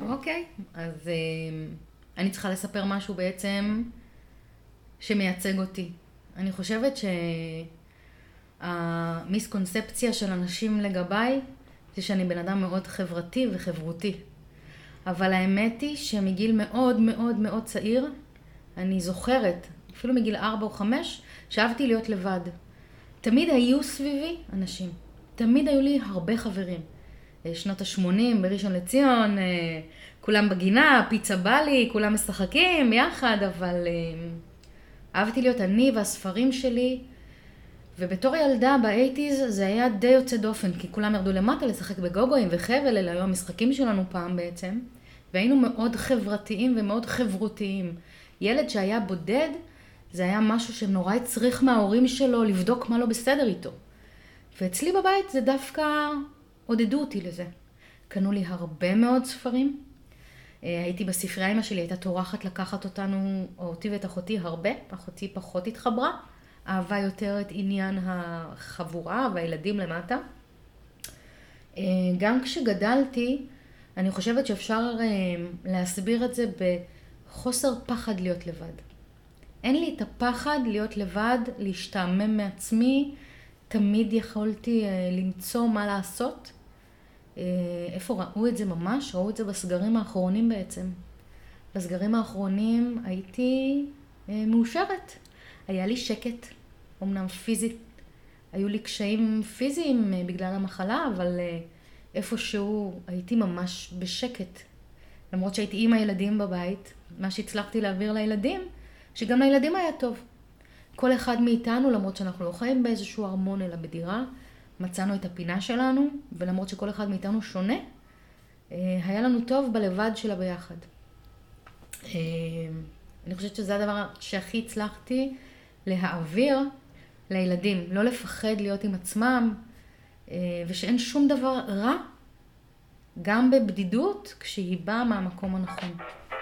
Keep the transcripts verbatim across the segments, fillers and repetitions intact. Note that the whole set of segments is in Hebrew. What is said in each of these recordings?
אוקיי, אז אה, אני צריכה לספר משהו בעצם שמייצג אותי. אני חושבת שהמיסקונספציה של אנשים לגביי זה שאני בן אדם מאוד חברתי וחברותי. אבל האמת היא שמגיל מאוד מאוד מאוד צעיר, אני זוכרת, אפילו מגיל ארבע או חמש, שאהבתי להיות לבד. תמיד היו סביבי אנשים. תמיד היו לי הרבה חברים. שנות ה-שמונים בראשון לציון, כולם בגינה, פיצה בלי, כולם משחקים יחד, אבל אהבתי להיות אני והספרים שלי. ובתור ילדה ב-שמונים זה היה די יוצא דופן, כי כולם ירדו למטה לשחק בגוגויים וחבל, אלה היו המשחקים שלנו פעם בעצם. והיינו מאוד חברתיים ומאוד חברותיים. ילד שהיה בודד, זה היה משהו שנורא הצריך מההורים שלו לבדוק מה לא בסדר איתו. ואצלי בבית זה דווקא עודדו אותי לזה. קנו לי הרבה מאוד ספרים. הייתי בספרייה, אמא שלי הייתה טורחת לקחת אותנו, או אותי ואת אחותי הרבה. אחותי פחות התחברה. אהבה יותר את עניין החבורה והילדים למטה. גם כשגדלתי, אני חושבת שאפשר להסביר את זה בחוסר פחד להיות לבד. אין לי את הפחד להיות לבד, להשתעמם מעצמי. תמיד יכולתי למצוא מה לעשות. איפה ראו את זה ממש? ראו את זה בסגרים האחרונים בעצם. בסגרים האחרונים הייתי מאושרת. היה לי שקט, אמנם פיזית. היו לי קשיים פיזיים בגלל המחלה, אבל איפשהו הייתי ממש בשקט. למרות שהייתי עם הילדים בבית, מה שהצלחתי להעביר לילדים, שגם לילדים היה טוב. כל אחד מאיתנו, למרות שאנחנו לא חיים באיזשהו ארמון אלא בדירה, מצאנו את הפינה שלנו, ולמרות שכל אחד מאיתנו שונה, היה לנו טוב בלבד שלה ביחד. אני חושבת שזה הדבר שהכי הצלחתי להעביר לילדים, לא לפחד להיות עם עצמם, ושאין שום דבר רע, גם בבדידות, כשהיא באה מהמקום הנכון.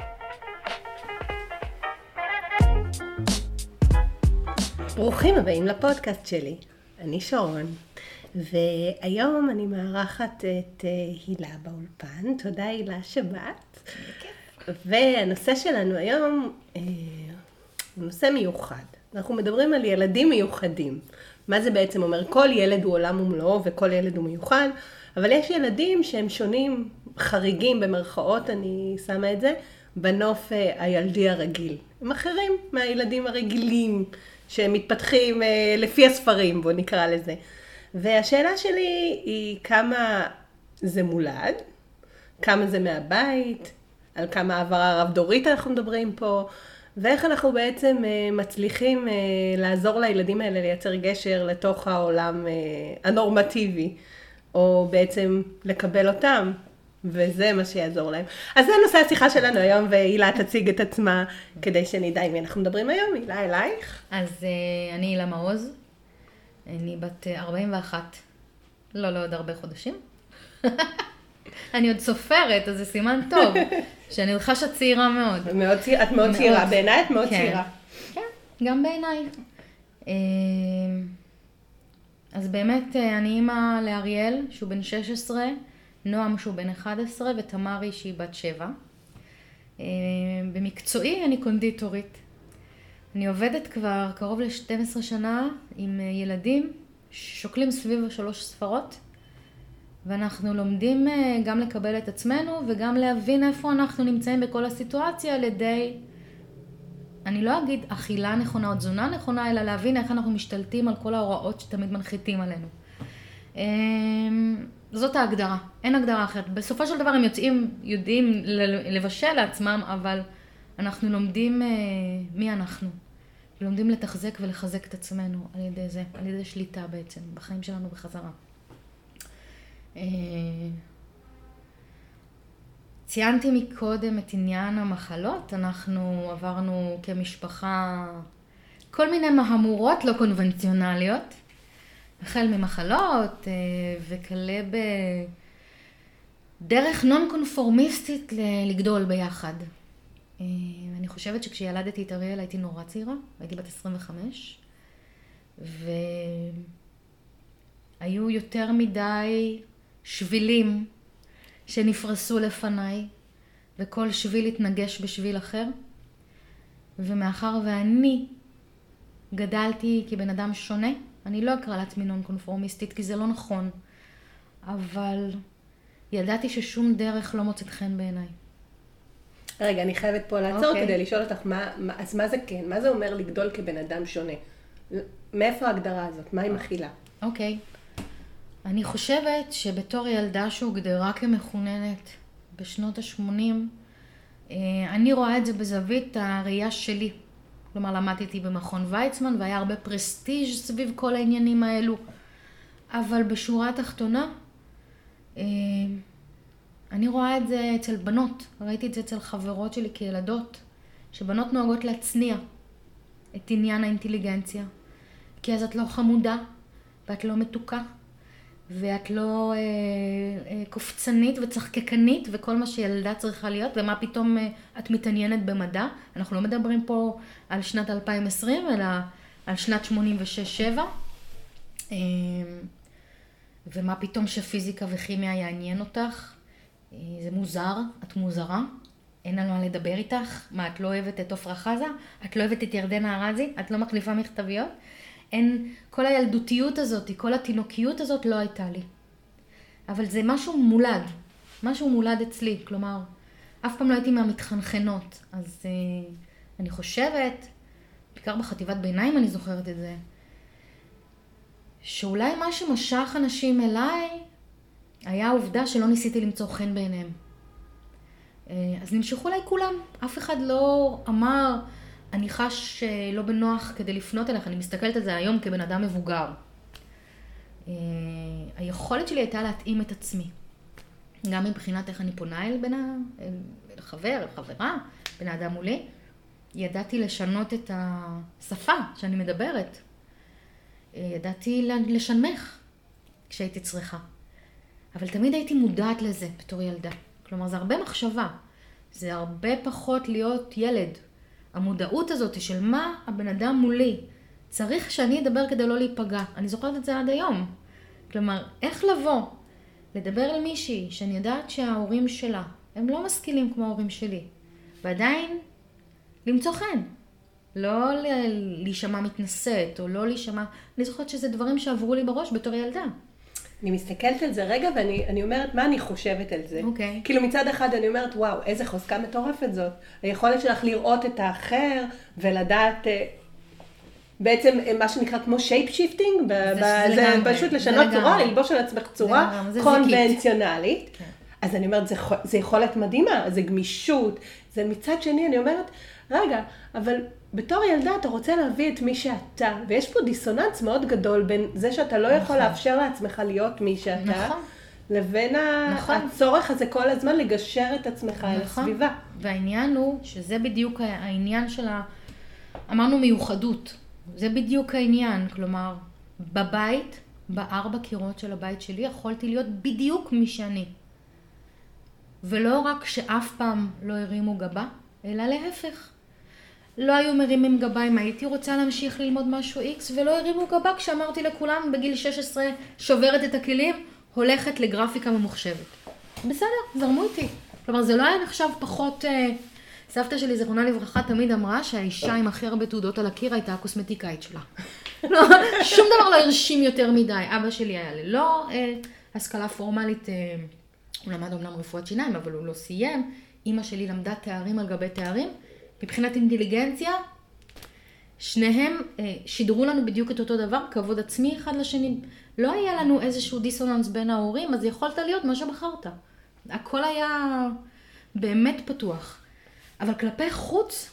ברוכים הבאים לפודקאסט שלי. אני שרון, והיום אני מארחת את הילה באולפן. תודה הילה שבאת. והנושא שלנו היום הוא נושא מיוחד. אנחנו מדברים על ילדים מיוחדים. מה זה בעצם אומר? כל ילד הוא עולם ומלואו וכל ילד הוא מיוחד, אבל יש ילדים שהם שונים, חריגים במרכאות, אני שמה את זה, בנוף הילדי הרגיל. הם אחרים מהילדים הרגילים שמתפתחים לפי הספרים, בוא נקרא לזה. והשאלה שלי היא כמה זה מולד, כמה זה מהבית, על כמה העברה רב דורית אנחנו מדברים פה, ואיך אנחנו בעצם מצליחים לעזור לילדים האלה לייצר גשר לתוך העולם הנורמטיבי, או בעצם לקבל אותם, וזה מה שיעזור להם. אז זה נושא השיחה שלנו היום, והילה תציג את עצמה כדי שנדע עם מי אנחנו מדברים היום. הילה, אלייך. אז אני הילה מעוז, אני בת ארבעים ואחת, לא, לא עוד הרבה חודשים. אני עוד סופרת, אז זה סימן טוב, שאני עוד חשה צעירה מאוד. מאוד, את מאוד צעירה, בעיניי את מאוד צעירה. כן, גם בעיניי. אז באמת אני אימא לאריאל, שהוא בן שש עשרה, נועם שהוא בן אחת עשרה, ותמרי שהיא בת שבע. במקצועי אני קונדיטורית. אני עובדת כבר קרוב ל-שתים עשרה שנה עם ילדים ששוקלים סביב שלוש ספרות, ואנחנו לומדים גם לקבל את עצמנו וגם להבין איפה אנחנו נמצאים בכל הסיטואציה על ידי, אני לא אגיד אכילה נכונה או תזונה נכונה, אלא להבין איך אנחנו משתלטים על כל ההוראות שתמיד מנחיתים עלינו. זאת ההגדרה, אין הגדרה אחרת. בסופו של דבר הם יוצאים, יודעים לבשל לעצמם, אבל אנחנו לומדים מי אנחנו. לומדים לתחזק ולחזק את עצמנו על ידי זה, על ידי שליטה בעצם, בחיים שלנו בחזרה. ציינתי מקודם את עניין המחלות, אנחנו עברנו כמשפחה כל מיני מהמורות לא קונבנציונליות, החל ממחלות וכלה בדרך נון קונפורמיסטית לגדול ביחד. אני חושבת שכשילדתי את אריאל הייתי נורא צעירה, הייתי בת עשרים וחמש, והיו יותר מדי שבילים שנפרסו לפניי, וכל שביל התנגש בשביל אחר. ומאחר ואני גדלתי כבן אדם שונה, אני לא אקרא לעצמי נון קונפורמיסטית, כי זה לא נכון. אבל ידעתי ששום דרך לא מוצאת חן בעיניי. רגע, אני חייבת פה לעצור אוקיי. כדי לשאול אותך, מה, מה, אז מה זה כן? מה זה אומר לגדול כבן אדם שונה? מאיפה ההגדרה הזאת? מה היא מכילה? אוקיי. אני חושבת שבתור ילדה שהוגדרה כמחוננת בשנות ה-שמונים, אני רואה את זה בזווית הראייה שלי. כלומר, למדתי במכון ויצמן, והיה הרבה פרסטיג' סביב כל העניינים האלו. אבל בשורה התחתונה, אני רואה את זה אצל בנות. ראיתי את זה אצל חברות שלי כילדות, שבנות נוהגות להצניע את עניין האינטליגנציה. כי אז את לא חמודה, ואת לא מתוקה, ואת לא אה, אה, קופצנית וצחקקנית, וכל מה שילדה צריכה להיות, ומה פתאום אה, את מתעניינת במדע. אנחנו לא מדברים פה על שנת אלפיים ועשרים, אלא על שנת שמונים ושש שבע. אה, ומה פתאום שפיזיקה וכימיה יעניין אותך. אה, זה מוזר, את מוזרה. אין על מה לדבר איתך. מה, את לא אוהבת את עפרה חזה? את לא אוהבת את ירדנה ארזי? את לא מחליפה מכתביות? אין, כל הילדותיות הזאת, כל התינוקיות הזאת לא הייתה לי. אבל זה משהו מולד, משהו מולד אצלי, כלומר, אף פעם לא הייתי מהמתחנכנות. אז אה, אני חושבת, בעיקר בחטיבת ביניים אני זוכרת את זה, שאולי מה שמשך אנשים אליי, היה העובדה שלא ניסיתי למצוא חן בעיניהם. אה, אז נמשכו אליי כולם, אף אחד לא אמר, אני חש לא בנוח כדי לפנות אליך, אני מסתכלת על זה היום כבן אדם מבוגר. היכולת שלי הייתה להתאים את עצמי. גם מבחינת איך אני פונה אל בן החבר, חברה, בן האדם מולי. ידעתי לשנות את השפה שאני מדברת. ידעתי לשנמך כשהייתי צריכה. אבל תמיד הייתי מודעת לזה בתור ילדה. כלומר, זה הרבה מחשבה. זה הרבה פחות להיות ילד. המודעות הזאת של מה הבן אדם מולי צריך שאני אדבר כדי לא להיפגע. אני זוכרת את זה עד היום. כלומר, איך לבוא, לדבר על מישהי שאני יודעת שההורים שלה, הם לא משכילים כמו ההורים שלי. ועדיין, למצוא חן. לא להישמע מתנשאת, או לא להישמע... אני זוכרת שזה דברים שעברו לי בראש בתור ילדה. אני מסתכלת על זה רגע, ואני אני אומרת, מה אני חושבת על זה? אוקיי. כאילו מצד אחד אני אומרת, וואו, איזה חוזקה מטורפת זאת. היכולת שלך לראות את האחר, ולדעת, בעצם מה שנקרא כמו שייפ שיפטינג, זה פשוט לשנות צורה, ללבוש על עצמך צורה קונבנציונלית. אז אני אומרת, זה יכולת מדהימה, זה גמישות, זה מצד שני, אני אומרת, רגע, אבל בתור ילדה אתה רוצה להביא את מי שאתה, ויש פה דיסוננס מאוד גדול בין זה שאתה לא יכול לאפשר לעצמך להיות מי שאתה, לבין הצורך הזה כל הזמן לגשר את עצמך אל הסביבה. והעניין הוא שזה בדיוק העניין של ה... אמרנו מיוחדות. זה בדיוק העניין. כלומר, בבית, בארבע קירות של הבית שלי, יכולתי להיות בדיוק מי שאני. ולא רק שאף פעם לא הרימו גבה, אלא להפך. לא היו מרימים גבה אם הייתי רוצה להמשיך ללמוד משהו X, ולא הרימו גבה כשאמרתי לכולם בגיל שש עשרה שוברת את הכלים, הולכת לגרפיקה ממוחשבת. בסדר, זרמו איתי. כלומר, זה לא היה נחשב פחות... סבתא שלי, זכרונה לברכה, תמיד אמרה שהאישה עם הכי הרבה תעודות על הקיר הייתה הקוסמטיקאית שלה. לא, שום דבר לא הרשים יותר מדי. אבא שלי היה ללא אה, השכלה פורמלית, אה, הוא למד אומנם רפואת שיניים, אבל הוא לא סיים. אמא שלי למדה תארים על גבי תארים. מבחינת אינטליגנציה, שניהם אה, שידרו לנו בדיוק את אותו דבר, כבוד עצמי אחד לשני. לא היה לנו איזשהו דיסוננס בין ההורים, אז יכולת להיות מה שבחרת. הכל היה באמת פתוח. אבל כלפי חוץ,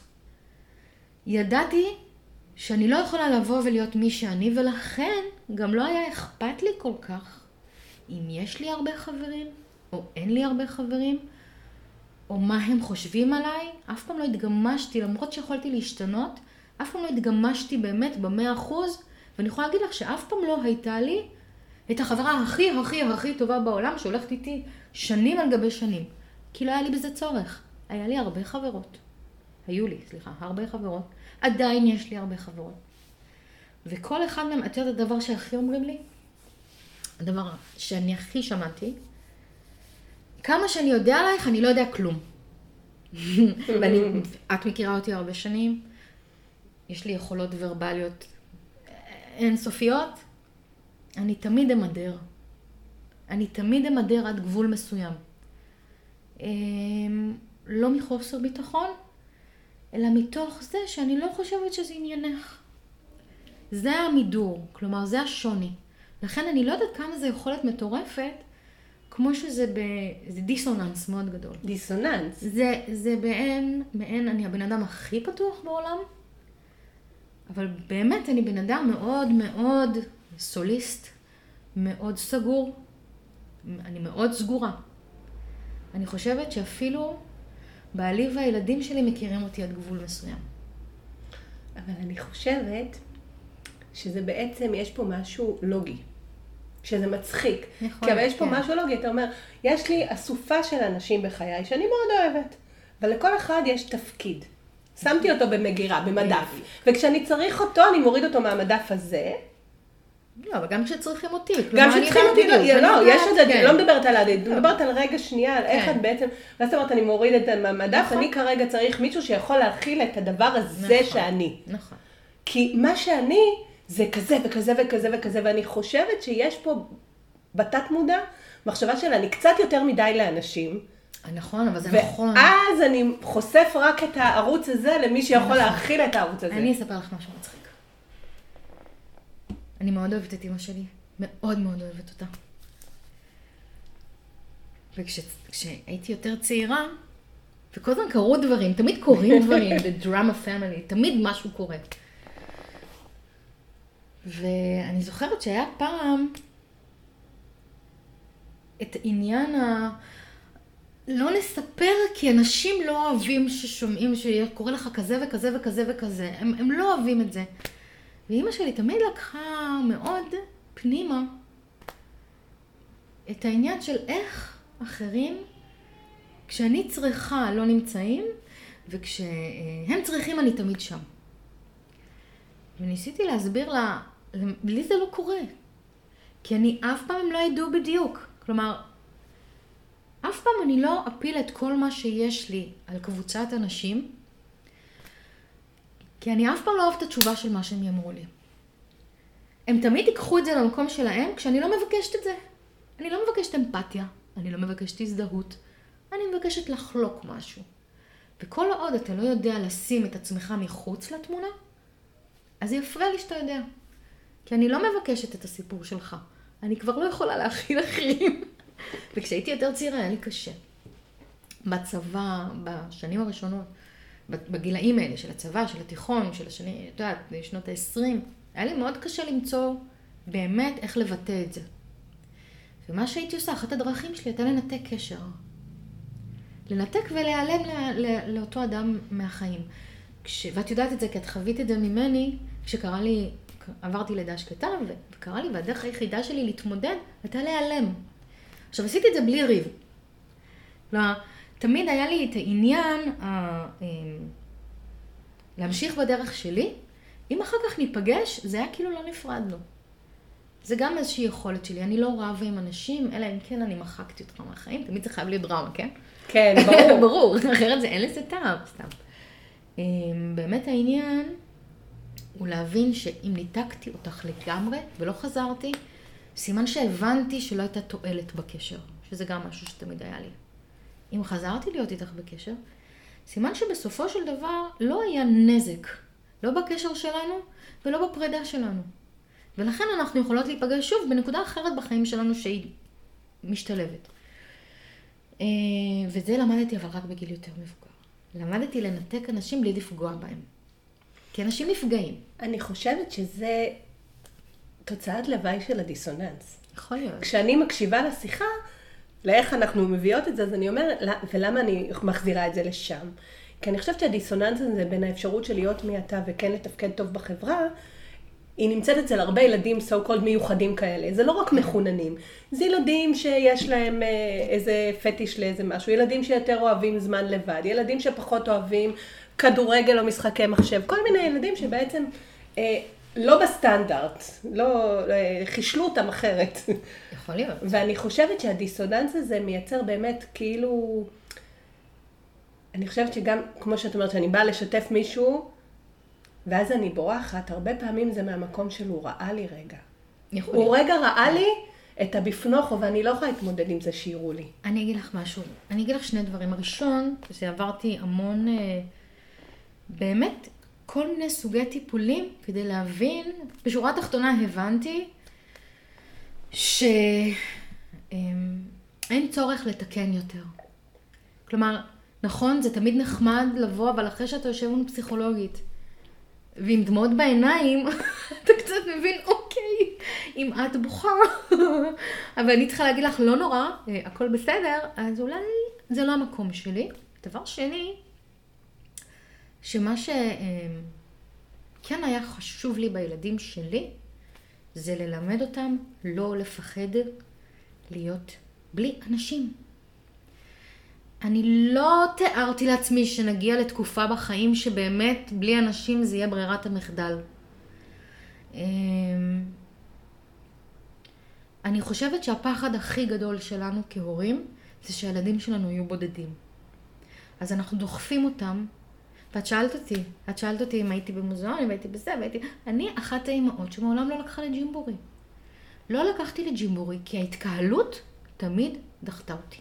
ידעתי שאני לא יכולה לבוא ולהיות מי שאני, ולכן גם לא היה אכפת לי כל כך אם יש לי הרבה חברים, או אין לי הרבה חברים, או מה הם חושבים עליי. אף פעם לא התגמשתי, למרות שיכולתי להשתנות, אף פעם לא התגמשתי באמת במאה אחוז, ואני יכולה להגיד לך שאף פעם לא הייתה לי את החברה הכי הכי הכי טובה בעולם, שהולכת איתי שנים על גבי שנים. כי לא היה לי בזה צורך. היה לי הרבה חברות. היו לי, סליחה, הרבה חברות. עדיין יש לי הרבה חברות. וכל אחד מהם, את יודעת הדבר שהכי אומרים לי? הדבר שאני הכי שמעתי, כמה שאני יודע עלייך, אני לא יודע כלום. ואת מכירה אותי הרבה שנים, יש לי יכולות ורבליות אינסופיות, אני תמיד אמדר. אני תמיד אמדר עד גבול מסוים. לא מחוסר ביטחון, אלא מתוך זה שאני לא חושבת שזה עניינך. זה המידור, כלומר זה השוני. לכן אני לא יודעת כמה זה יכולת מטורפת, כמו שזה ב... זה דיסוננס מאוד גדול. דיסוננס? זה, זה בעין, מעין, אני הבן אדם הכי פתוח בעולם, אבל באמת אני בן אדם מאוד מאוד סוליסט, מאוד סגור, אני מאוד סגורה. אני חושבת שאפילו בעלי והילדים שלי מכירים אותי עד גבול מסוים. אבל אני חושבת שזה בעצם, יש פה משהו לוגי, שזה מצחיק. יכול, כי אבל יש פה כן. משהו לוגי, אתה אומר, יש לי אסופה של אנשים בחיי שאני מאוד אוהבת, ולכל אחד יש תפקיד. שמתי אותו במגירה, במדף, וכשאני צריך אותו, אני מוריד אותו מהמדף הזה. לא, אבל גם כשצריכים אותי. גם כשצריכים אותי, לא, לא, יש את זה, כן. לא מדברת על העתיד, מדברת על רגע שנייה, על איך כן. את בעצם, ואז אומרת, אני מוריד את המדף, נכון. אני כרגע צריך מישהו שיכול להכיל את הדבר הזה נכון. שאני. נכון. כי מה שאני, זה כזה וכזה וכזה וכזה, ואני חושבת שיש פה בתת מודע, מחשבה של אני קצת יותר מדי לאנשים. נכון, אבל זה נכון. ואז אני חושף רק את הערוץ הזה למי שיכול נכון. להכיל את הערוץ הזה. אני אספר לך משהו מצחיק. אני מאוד אוהבת את אמא שלי, מאוד מאוד אוהבת אותה. וכשהייתי יותר צעירה, וכל הזמן קרו דברים, תמיד קורים דברים, the drama family, תמיד משהו קורה. ואני זוכרת שהיה פעם את עניין ה... לא נספר כי אנשים לא אוהבים ששומעים שקורה לך כזה וכזה וכזה וכזה. הם, הם לא אוהבים את זה. ואמא שלי תמיד לקחה מאוד פנימה את העניין של איך אחרים, כשאני צריכה לא נמצאים, וכשהם צריכים אני תמיד שם. וניסיתי להסביר לה, לי זה לא קורה. כי אני אף פעם הם לא ידעו בדיוק. כלומר, אף פעם אני לא אפיל את כל מה שיש לי על קבוצת אנשים, כי אני אף פעם לא אוהבת את התשובה של מה שהם יאמרו לי. הם תמיד ייקחו את זה למקום שלהם, כשאני לא מבקשת את זה. אני לא מבקשת אמפתיה, אני לא מבקשת הזדהות, אני מבקשת לחלוק משהו. וכל עוד אתה לא יודע לשים את עצמך מחוץ לתמונה, אז זה יפריע לי שאתה יודע. כי אני לא מבקשת את הסיפור שלך. אני כבר לא יכולה להכיל אחרים. וכשהייתי יותר צעירה היה לי קשה. בצבא, בשנים הראשונות, בגילאים האלה של הצבא, של התיכון, של השנים, את יודעת, בשנות ה-עשרים, היה לי מאוד קשה למצוא באמת איך לבטא את זה. ומה שהייתי עושה, אחת הדרכים שלי הייתה לנתק קשר. לנתק ולהיעלם לא, לאותו אדם מהחיים. כש, ואת יודעת את זה, כי את חווית את זה ממני, כשקרה לי, עברתי לידה שקטה, וקרה לי, והדרך היחידה שלי להתמודד, הייתה להיעלם. עכשיו, עשיתי את זה בלי ריב. לא, תמיד היה לי את העניין ה, להמשיך בדרך שלי. אם אחר כך ניפגש, זה היה כאילו לא נפרדנו. זה גם איזושהי יכולת שלי. אני לא רבה עם אנשים, אלא אם כן אני מחקתי אותך מהחיים. תמיד זה חייב להיות דרמה, כן? כן, ברור. ברור, אחרת זה אין לזה טעם, סתם. באמת העניין הוא להבין שאם ניתקתי אותך לגמרי ולא חזרתי, סימן שהבנתי שלא הייתה תועלת בקשר, שזה גם משהו שתמיד היה לי. אם חזרתי להיות איתך בקשר, סימן שבסופו של דבר לא היה נזק, לא בקשר שלנו ולא בפרידה שלנו. ולכן אנחנו יכולות להיפגש שוב בנקודה אחרת בחיים שלנו שהיא משתלבת. וזה למדתי אבל רק בגיל יותר מבוגר. למדתי לנתק אנשים בלי לפגוע בהם. כי אנשים נפגעים. אני חושבת שזה תוצאת לוואי של הדיסוננס. יכול להיות. כשאני מקשיבה לשיחה, לאיך אנחנו מביאות את זה, אז אני אומרת, ולמה אני מחזירה את זה לשם? כי אני חושבת שהדיסוננס הזה בין האפשרות של להיות מעתה וכן לתפקד טוב בחברה, היא נמצאת אצל הרבה ילדים so called מיוחדים כאלה. זה לא רק מחוננים. זה ילדים שיש להם איזה פטיש לאיזה משהו, ילדים שיותר אוהבים זמן לבד, ילדים שפחות אוהבים כדורגל או משחקי מחשב, כל מיני ילדים שבעצם אה, לא בסטנדרט, לא, אה, חישלו אותם אחרת. יכול להיות. ואני חושבת שהדיסוננס הזה מייצר באמת כאילו, אני חושבת שגם, כמו שאת אומרת, שאני באה לשתף מישהו, ואז אני בורחת, הרבה פעמים זה מהמקום שלו, ראה לי רגע. יכול הוא רגע ראה לי את הבפנוכו, ואני לא יכולה להתמודד עם זה שיראו לי. אני אגיד לך משהו. אני אגיד לך שני דברים. הראשון, זה עברתי המון, באמת, כל מיני סוגי טיפולים, כדי להבין, בשורה התחתונה הבנתי, שאין צורך לתקן יותר. כלומר, נכון, זה תמיד נחמד לבוא, אבל אחרי שאתה יושב עם פסיכולוגית, ועם דמעות בעיניים, אתה קצת מבין, אוקיי, אם את בוכה, אבל אני צריכה להגיד לך, לא נורא, הכל בסדר, אז אולי זה לא המקום שלי. דבר שני, שמה שכן היה חשוב לי בילדים שלי, זה ללמד אותם לא לפחד להיות בלי אנשים. אני לא תיארתי לעצמי שנגיע לתקופה בחיים שבאמת בלי אנשים זה יהיה ברירת המחדל. אני חושבת שהפחד הכי גדול שלנו כהורים זה שהילדים שלנו יהיו בודדים. אז אנחנו דוחפים אותם, ואת שאלת אותי, את שאלת אותי אם הייתי במוזיאון, והייתי בזה, והייתי... אני אחת האימהות שמעולם לא לקחה לג'ימבורי. לא לקחתי לג'ימבורי, כי ההתקהלות תמיד דחתה אותי.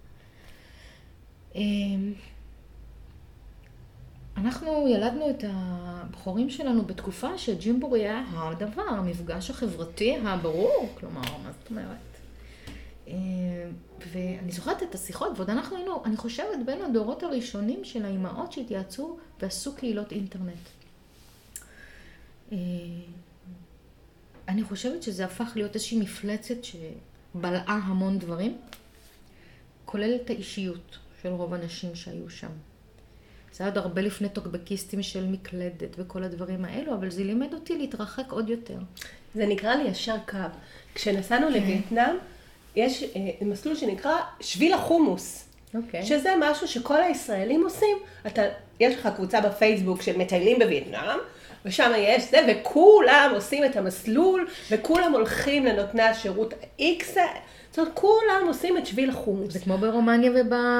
אנחנו ילדנו את הבחורים שלנו בתקופה שג'ימבורי היה הדבר, המפגש החברתי הברור, כלומר, מה זאת אומרת? ואני זוכרת את השיחות, ועוד אנחנו היינו, אני חושבת, בין הדורות הראשונים של האימהות שהתייעצו ועשו קהילות אינטרנט. אני חושבת שזה הפך להיות איזושהי מפלצת שבלעה המון דברים, כולל את האישיות של רוב האנשים שהיו שם. זה היה עוד הרבה לפני טוקבקיסטים של מקלדת וכל הדברים האלו, אבל זה לימד אותי להתרחק עוד יותר. זה נקרא לי ישר קו. כשנסענו לווייטנאם, יש מסלול שנקרא שביל החומוס. Okay. שזה משהו שכל הישראלים עושים. אתה, יש לך קבוצה בפייסבוק של מטיילים בווייטנאם, ושם יש זה, וכולם עושים את המסלול, וכולם הולכים לנותני השירות X. זאת אומרת, כולם עושים את שביל החומוס. זה כמו ברומניה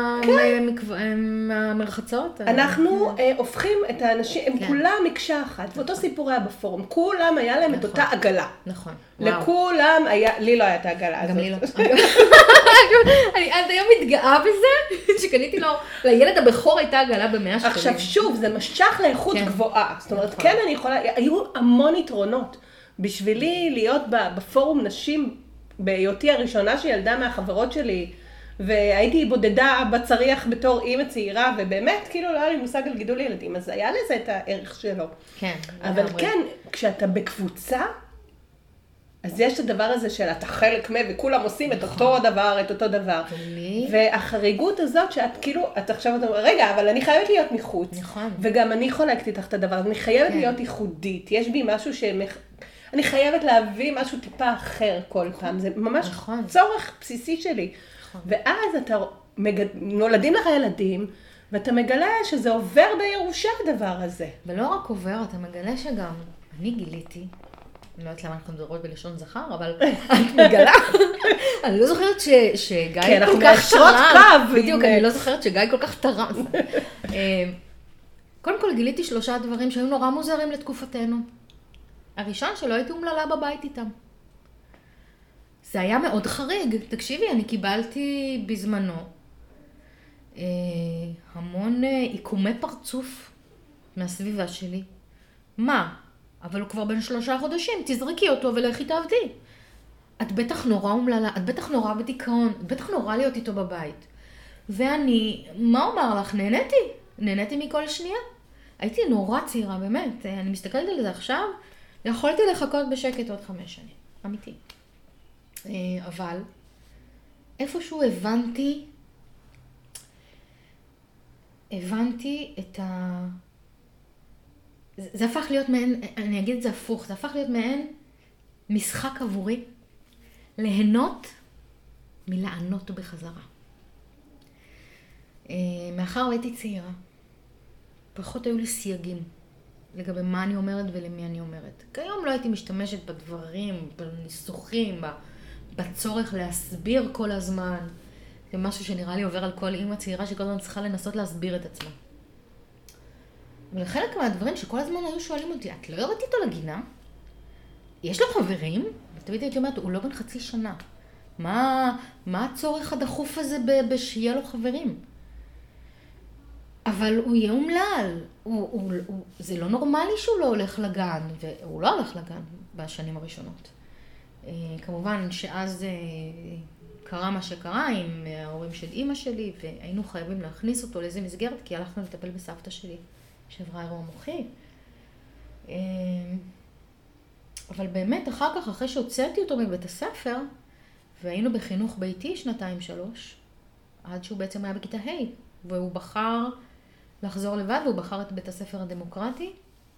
ובמרחצות. אנחנו הופכים את האנשים, הם כולם מקשה אחת, ואותו סיפור היה בפורום. כולם היה להם את אותה עגלה. נכון. לכולם היה, לי לא היה את העגלה הזאת. גם לי לא. אני עד היום מתגאה בזה, שקניתי לו, לילד הבכור הייתה עגלה במאה שקלים. עכשיו שוב, זה משך לאיכות גבוהה. זאת אומרת, כן אני יכולה, היו המון יתרונות. בשבילי להיות בפורום נשים, בהיותי הראשונה שילדה מהחברות שלי, והייתי בודדה בצריח בתור אימא צעירה, ובאמת, כאילו לא היה לי מושג על גידול ילדים, אז היה לזה את הערך שלו. כן. אבל כן, כשאתה בקבוצה, אז יש את הדבר הזה של אתה חלק מה, וכולם עושים את אותו דבר, את אותו דבר. והחריגות הזאת שאת כאילו, את עכשיו אומרת, רגע, אבל אני חייבת להיות מחוץ. נכון. וגם אני חולקת איתך את הדבר, אני חייבת להיות ייחודית. יש בי משהו שמח... אני חייבת להביא משהו טיפה אחר כל פעם, זה ממש נכון. צורך בסיסי שלי. נכון. ואז אתה מגד... נולדים לך ילדים, ואתה מגלה שזה עובר בירושה הדבר הזה. ולא רק עובר, אתה מגלה שגם, אני גיליתי, אני לא יודעת למה אנחנו מדברות בלשון זכר, אבל את מגלה, אני לא זוכרת ש... שגיא כן, כל כך תרם. בדיוק, אני לא זוכרת שגיא כל כך תרם. קודם כל גיליתי שלושה דברים שהיו נורא מוזרים לתקופתנו. הראשון שלא הייתי אומללה בבית איתם. זה היה מאוד חריג. תקשיבי, אני קיבלתי בזמנו אה, המון אה, עיקומי פרצוף מהסביבה שלי. מה? אבל הוא כבר בן שלושה חודשים, תזרקי אותו ולכי תעבדי. את בטח נורא אומללה, את בטח נורא בדיכאון, את בטח נורא להיות איתו בבית. ואני, מה אומר לך? נהניתי. נהניתי מכל שנייה. הייתי נורא צעירה, באמת. אני מסתכלת על זה עכשיו, יכולתי לחכות בשקט עוד חמש שנים, אמיתי. אבל איפשהו הבנתי, הבנתי את ה... זה הפך להיות מעין, אני אגיד את זה הפוך, זה הפך להיות מעין משחק עבורי, ליהנות מלענות בחזרה. מאחר והייתי צעירה, פחות היו לי סייגים. לגבי מה אני אומרת ולמי אני אומרת. כיום לא הייתי משתמשת בדברים, בניסוחים, בצורך להסביר כל הזמן. זה משהו שנראה לי עובר על כל אימא צעירה שכל הזמן צריכה לנסות להסביר את עצמה. אבל חלק מהדברים שכל הזמן היו שואלים אותי, את לא יורדת איתו לגינה? יש לו חברים? ותמיד הייתי אומרת, הוא לא בן חצי שנה. מה, מה הצורך הדחוף הזה בשיהיה לו חברים? אבל הוא יהיה אומלל. הוא, הוא, הוא, זה לא נורמלי שהוא לא הולך לגן, והוא לא הולך לגן בשנים הראשונות. כמובן שאז קרה מה שקרה עם ההורים של אמא שלי, והיינו חייבים להכניס אותו לאיזה מסגרת, כי הלכנו לטפל בסבתא שלי, שעברה אירוע מוחי. אבל באמת, אחר כך, אחרי שהוצאתי אותו מבית הספר, והיינו בחינוך ביתי שנתיים שלוש, עד שהוא בעצם היה בכיתה ה', והוא בחר לחזור לבד, והוא בחר את בית הספר הדמוקרטי.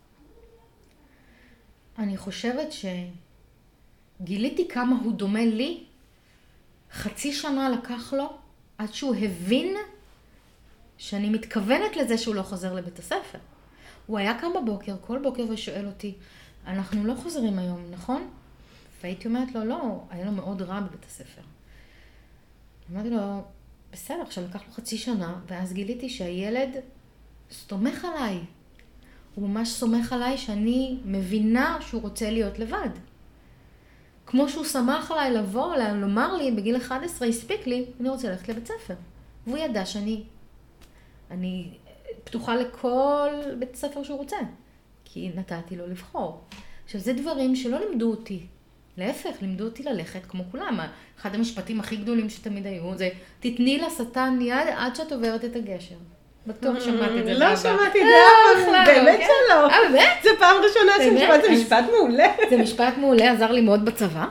אני חושבת שגיליתי כמה הוא דומה לי, חצי שנה לקח לו, עד שהוא הבין שאני מתכוונת לזה שהוא לא חוזר לבית הספר. הוא היה קם בבוקר, כל בוקר ושואל אותי, אנחנו לא חוזרים היום, נכון? והייתי אומרת לו, לא, היה לו מאוד רע בבית הספר. אמרתי לו, בסדר, עכשיו לקח לו חצי שנה, ואז גיליתי שהילד סומך עליי. הוא ממש סומך עליי שאני מבינה שהוא רוצה להיות לבד. כמו שהוא שמח עליי לבוא, לומר לי, בגיל אחת עשרה הספיק לי, אני רוצה ללכת לבית ספר. והוא ידע שאני אני פתוחה לכל בית ספר שהוא רוצה, כי נתתי לו לבחור. עכשיו, זה דברים שלא לימדו אותי. להפך, לימדו אותי ללכת כמו כולם. אחד המשפטים הכי גדולים שתמיד היו, זה תתני לשטן יד עד שאת עוברת את הגשר. בטוח שמעתי את זה. לא שמעתי את זה, אבל באמת שלא. אה, באמת? זה פעם ראשונה שמשפט, זה משפט מעולה. זה משפט מעולה, עזר לי מאוד בצבא.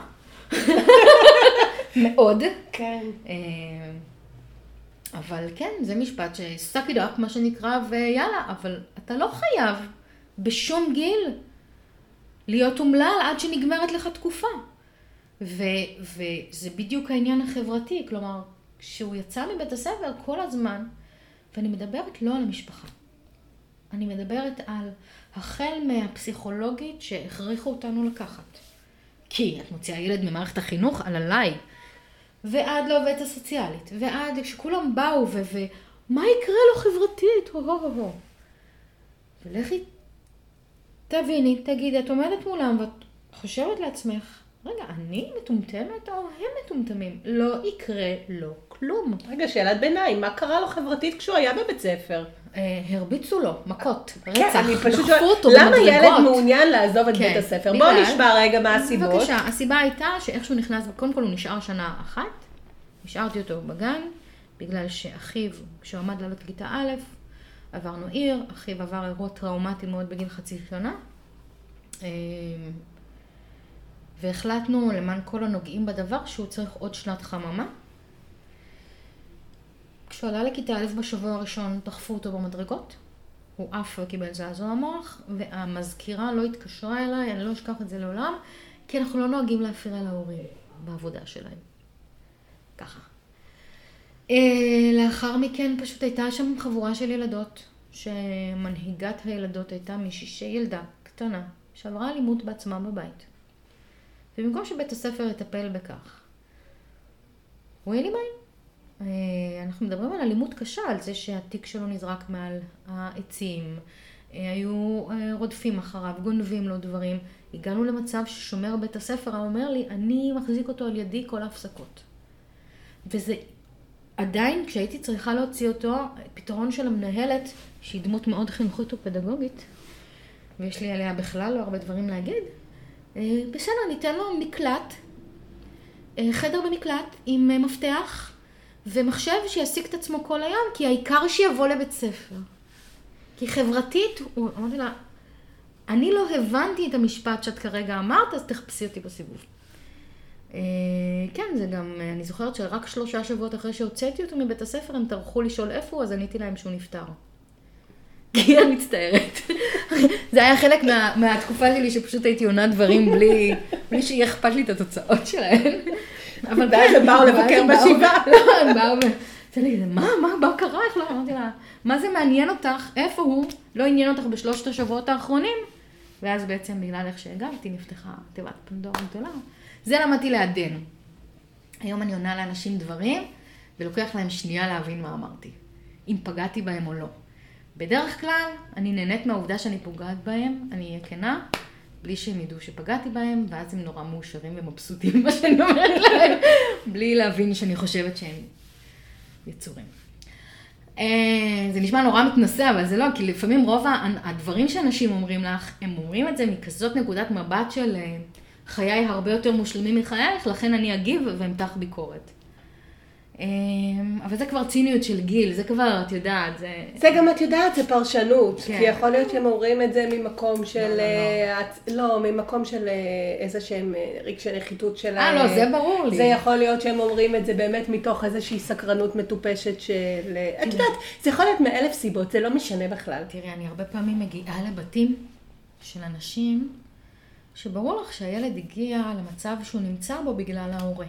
מאוד. כן. אבל כן, זה משפט שסק it up, מה שנקרא, ויאללה, אבל אתה לא חייב בשום גיל להיות אומלל עד שנגמרת לך תקופה. ו- וזה בדיוק העניין החברתי, כלומר, כשהוא יצא מבית הספר כל הזמן, ואני מדברת לא על המשפחה. אני מדברת על החל מהפסיכולוגית שהכריחו אותנו לקחת. כי את מוציאה ילד ממערכת החינוך על עליי, ועד לעובדת הסוציאלית, ועד שכולם באו, ו- ומה יקרה לו חברתית? הו הו הו. ולכי, תביני, תגידי, את עומדת מולם, ואת חושבת לעצמך, רגע, אני מטומטמת או הם מטומטמים? לא יקרה לו כלום. רגע, שאלת ביניים, מה קרה לו חברתית כשהוא היה בבית ספר? הרביצו לו, מכות, כן, רצח, אני פשוט דחפו אותו למה במדרגות. ילד מעוניין לעזוב את כן, בית הספר? בגלל- בואו נשמע רגע מה הסיבות. בבקשה, הסיבה הייתה שאיכשהו נכנס, קודם כל הוא נשאר שנה אחת, נשארתי אותו בגן, בגלל שאחיו, כשהוא עמד לעלות לכיתה א', עברנו עיר, אחיו עבר אירוע טראומטי מאוד בגיל חצי שנה, והחלטנו למען כל הנוגעים בדבר שהוא צריך עוד שנת חממה. כשהוא עלה לכיתה א' בשבוע הראשון, דחפו אותו במדרגות, הוא עף וקיבל זעזוע מוח, והמזכירה לא התקשרה אליי, אני לא אשכח את זה לעולם, כי אנחנו לא נוהגים להפריע להורים בעבודה שלהם. ככה. לאחר מכן פשוט הייתה שם חבורה של ילדות, שמנהיגת הילדות הייתה מישהי ילדה קטנה, שעברה אלימות בעצמה בבית. ובמקום שבית הספר יטפל בכך, הוא אין לי מים. אנחנו מדברים על אלימות קשה, על זה שהתיק שלו נזרק מעל העצים, היו רודפים אחריו, גונבים לו דברים. הגענו למצב ששומר בית הספר אומר לי, אני מחזיק אותו על ידי כל ההפסקות. וזה עדיין, כשהייתי צריכה להוציא אותו, פתרון של המנהלת, שהיא דמות מאוד חינוכית ופדגוגית, ויש לי עליה בכלל לא הרבה דברים להגיד, בסדר, ניתן לו מקלט, חדר במקלט עם מפתח, ומחשב שיעסיק את עצמו כל היום, כי העיקר שיבוא לבית ספר. כי חברתית, הוא, אמרתי לה, אני לא הבנתי את המשפט שאת כרגע אמרת, אז תחפשי אותי בסיבוב. כן, זה גם, אני זוכרת שרק שלושה שבועות אחרי שהוצאתי אותו מבית הספר, הם טרחו לשאול איפה הוא, אז עניתי להם שהוא נפטר. כי אני מצטערת. זה היה חלק מה, מהתקופה שלי שפשוט הייתי עונה דברים בלי, בלי שיהיה אכפת לי את התוצאות שלהם. אבל ואז הם באו לבקר בשבעה. לא, הם באו ו... מה, מה, מה קרה? איך לא? אמרתי לה, מה זה מעניין אותך? איפה הוא? לא עניין אותך בשלושת השבועות האחרונים? ואז בעצם בגלל איך שהגבתי, נפתחה תיבת פנדורה גדולה. זה למדתי לעדן. היום אני עונה לאנשים דברים, ולוקח להם שנייה להבין מה אמרתי, אם פגעתי בהם או לא. בדרך כלל, אני נהנית מהעובדה שאני פוגעת בהם, אני אהיה כנה, בלי שהם ידעו שפגעתי בהם, ואז הם נורא מאושרים ומבסוטים מה שאני אומרת להם, בלי להבין שאני חושבת שהם יצורים. זה נשמע נורא מתנשא, אבל זה לא, כי לפעמים רוב הדברים שאנשים אומרים לך, הם אומרים את זה מכזאת נקודת מבט של חיי הרבה יותר מושלמים מחייך, לכן אני אגיב ואמתח ביקורת. אבל זה כבר ציניות של גיל, זה כבר, את יודעת, זה... זה גם את יודעת, זה פרשנות, כי יכול להיות שהם אומרים את זה ממקום של... לא, ממקום של איזה שהם רגשי נחיתות שלהם. אה, לא, זה ברור לי. זה יכול להיות שהם אומרים את זה באמת מתוך איזושהי סקרנות מטופשת של... את יודעת, זה יכול להיות מאלף סיבות, זה לא משנה בכלל. תראי, אני הרבה פעמים מגיעה לבתים של אנשים, שברור לך שהילד הגיע למצב שהוא נמצא בו בגלל ההורה.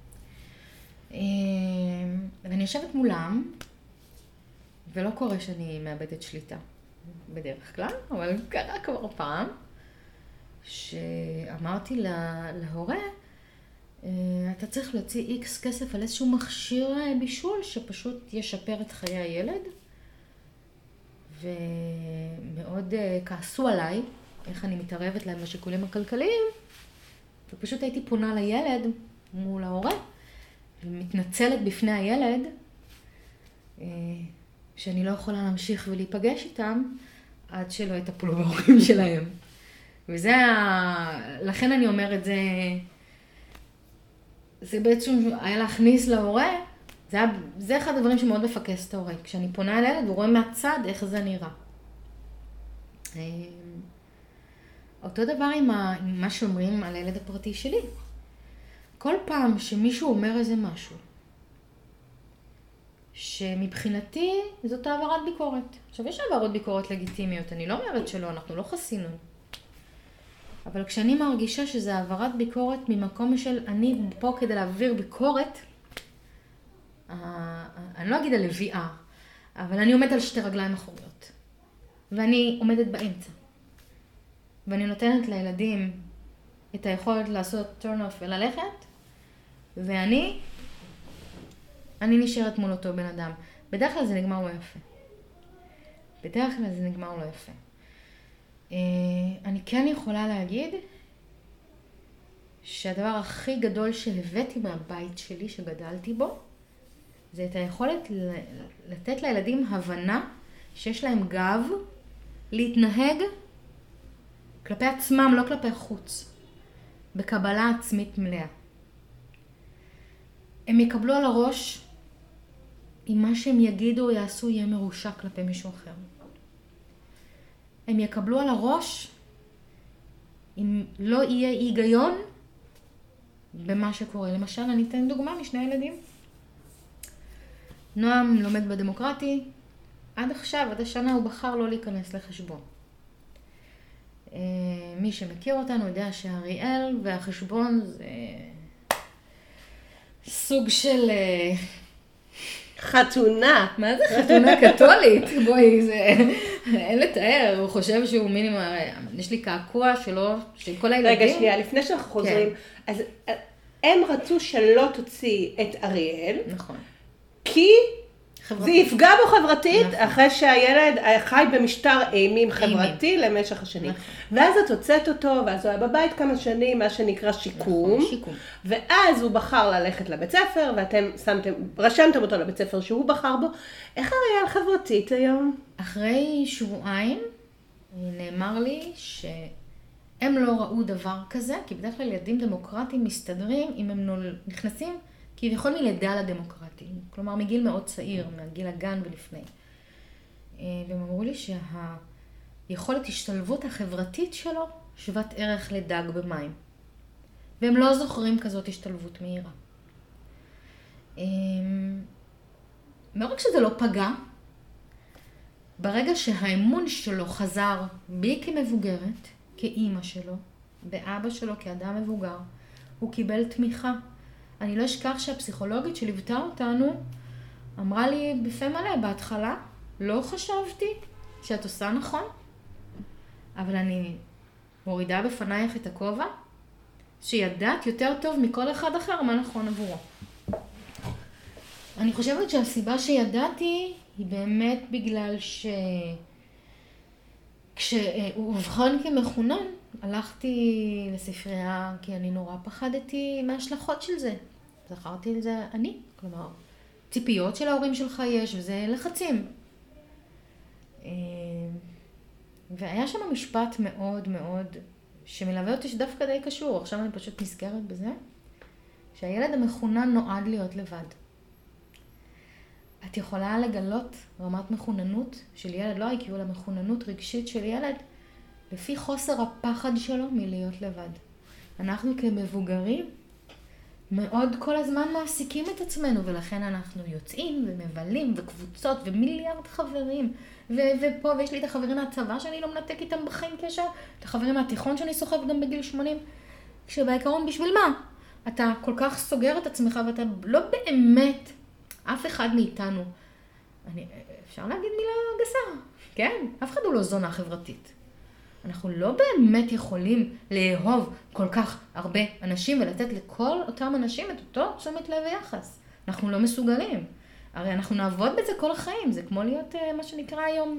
ואני יושבת מולם, ולא קורה שאני מאבדת שליטה בדרך כלל, אבל קרה כבר פעם, שאמרתי להורה, אתה צריך להוציא איקס כסף על איזשהו מכשיר בישול, שפשוט ישפר את חיי הילד, ומאוד כעסו עליי, איך אני מתערבת להם בשיקולים הכלכליים, ופשוט הייתי פונה לילד מול ההורה, ומתנצלת בפני הילד, שאני לא יכולה להמשיך ולהיפגש איתם, עד שלא יטפלו בהורים שלהם. וזה, לכן אני אומרת, זה, זה בעצם היה להכניס להורה, זה, היה, זה אחד הדברים שמאוד מפקס את ההורה. כשאני פונה אל הילד, הוא רואה מהצד איך זה נראה. אותו דבר עם, ה, עם מה שאומרים על הילד הפרטי שלי. כל פעם שמישהו אומר איזה משהו, שמבחינתי זאת העברת ביקורת. עכשיו, יש העברות ביקורת לגיטימיות, אני לא אומרת שלא, אנחנו לא חסינו. אבל כשאני מרגישה שזה העברת ביקורת ממקום של אני פה כדי להעביר ביקורת, אני לא אגיד על לביאה, אבל אני עומדת על שתי רגליים אחוריות. ואני עומדת באמצע. ואני נותנת לילדים את היכולת לעשות turn off וללכת, ואני, אני נשארת מול אותו בן אדם. בדרך כלל זה נגמר לא יפה. בדרך כלל זה נגמר לא יפה. אני כן יכולה להגיד שהדבר הכי גדול שהבאתי מהבית שלי, שגדלתי בו, זה את היכולת לתת לילדים הבנה שיש להם גב להתנהג כלפי עצמם, לא כלפי חוץ, בקבלה עצמית מלאה. הם יקבלו על הראש אם מה שהם יגידו או יעשו יהיה מרושע כלפי מישהו אחר. הם יקבלו על הראש אם לא יהיה היגיון במה שקורה. למשל, אני אתן דוגמה משני ילדים. נועם לומד בדמוקרטי, עד עכשיו, עד השנה הוא בחר לא להיכנס לחשבון. מי שמכיר אותנו יודע שהאריאל והחשבון זה סוג של... חתונה. מה זה חתונה קתולית? בואי, זה... אין לתאר, הוא חושב שהוא מינימום... יש לי קעקוע שלו, של כל הילדים. רגע, שנייה, לפני שאנחנו חוזרים, כן. אז הם רצו שלא תוציא את אריאל. נכון. כי... חברתית. זה יפגע בו חברתית, נכון. אחרי שהילד חי במשטר אימים חברתי אימים. למשך השנים. נכון. ואז את הוצאת אותו, ואז הוא היה בבית כמה שנים, מה שנקרא שיקום. נכון, שיקום. ואז הוא בחר ללכת לבית ספר, ואתם שמתם, רשמתם אותו לבית ספר שהוא בחר בו. איך אריאל חברתית היום? אחרי שבועיים נאמר לי שהם לא ראו דבר כזה, כי בדרך כלל ילדים דמוקרטיים מסתדרים אם הם נול... נכנסים, כביכול מלידה לדמוקרטים, כלומר מגיל מאוד צעיר, מהגיל הגן ולפני. והם אמרו לי שהיכולת השתלבות החברתית שלו שוות ערך לדג במים. והם לא זוכרים כזאת השתלבות מהירה. לא רק שזה לא פגע, ברגע שהאמון שלו חזר בי כמבוגרת, כאימא שלו, באבא שלו כאדם מבוגר, הוא קיבל תמיכה. אני לא אשכח שהפסיכולוגית שליוותה אותנו, אמרה לי בפה מלא, בהתחלה לא חשבתי שאת עושה נכון, אבל אני מורידה בפנייך את הכובע, שידעת יותר טוב מכל אחד אחר מה נכון עבורו. אני חושבת שהסיבה שידעתי היא באמת בגלל ש... כשהוא אובחן כמחונן, הלכתי לספרייה כי אני נורא פחדתי מההשלכות של זה. זכרתי על זה אני, כלומר, ציפיות של ההורים שלך יש, וזה לחצים. והיה שם משפט מאוד מאוד, שמלווה אותי שדווקא די קשור, עכשיו אני פשוט נזכרת בזה, שהילד המחונן נועד להיות לבד. את יכולה לגלות רמת מחוננות של ילד, לא איי קיו, אלא מחוננות רגשית של ילד, לפי חוסר הפחד שלו מלהיות לבד. אנחנו כמבוגרים מאוד כל הזמן מעסיקים את עצמנו, ולכן אנחנו יוצאים ומבלים וקבוצות ומיליארד חברים. ו- ופה, ויש לי את החברים מהצבא שאני לא מנתק איתם בחיים קשר, את החברים מהתיכון שאני סוחב גם בגיל שמונים, כשבעיקרון בשביל מה? אתה כל כך סוגר את עצמך ואתה לא באמת, אף אחד מאיתנו, אני, אפשר להגיד מילה גסה, כן? אף אחד הוא לא זונה חברתית. אנחנו לא באמת יכולים לאהוב כל כך הרבה אנשים ולתת לכל אותם אנשים את אותו תשומת לב ויחס. אנחנו לא מסוגלים. הרי אנחנו נעבוד בזה כל החיים. זה כמו להיות מה שנקרא היום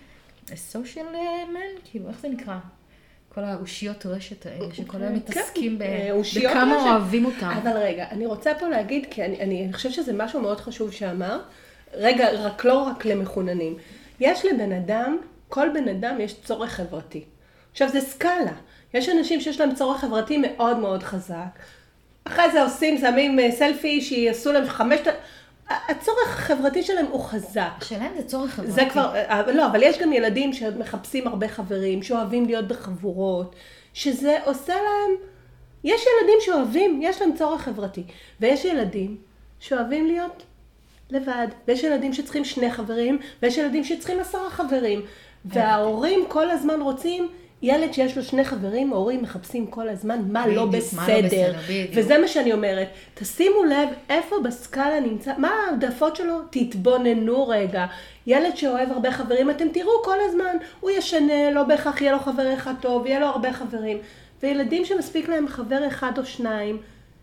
social man, כאילו איך זה נקרא? כל האושיות רשת האלה שכל היום מתעסקים בכמה אוהבים אותם. אבל רגע, אני רוצה פה להגיד, כי אני, אני, אני חושבת שזה משהו מאוד חשוב שאמר, רגע, רק לא רק למחוננים. יש לבן אדם, כל בן אדם יש צורך חברתי. עכשיו זה סקאלה. יש אנשים שיש להם צורך חברתי מאוד מאוד חזק. אחרי זה עושים, שמים סלפי שיעשו להם חמשת... הצורך החברתי שלהם הוא חזק. שלהם זה צורך חברתי. זה כבר, לא, אבל יש גם ילדים שמחפשים הרבה חברים, שאוהבים להיות בחבורות, שזה עושה להם, יש ילדים שאוהבים, יש להם צורך חברתי, ויש ילדים שאוהבים להיות לבד, ויש ילדים שצריכים שני חברים, ויש ילדים שצריכים עשרה חברים, וההורים כל הזמן רוצים, ילד שיש לו שני חברים, ההורים מחפשים כל הזמן מה לא בסדר. וזה מה שאני אומרת. תשימו לב איפה בסקאלה נמצא, מה העדפות שלו? תתבוננו רגע. ילד שאוהב הרבה חברים, אתם תראו כל הזמן, הוא ישנה, לא בהכרח יהיה לו חבר אחד טוב, יהיה לו הרבה חברים. וילדים שמספיק להם חבר אחד או שניים,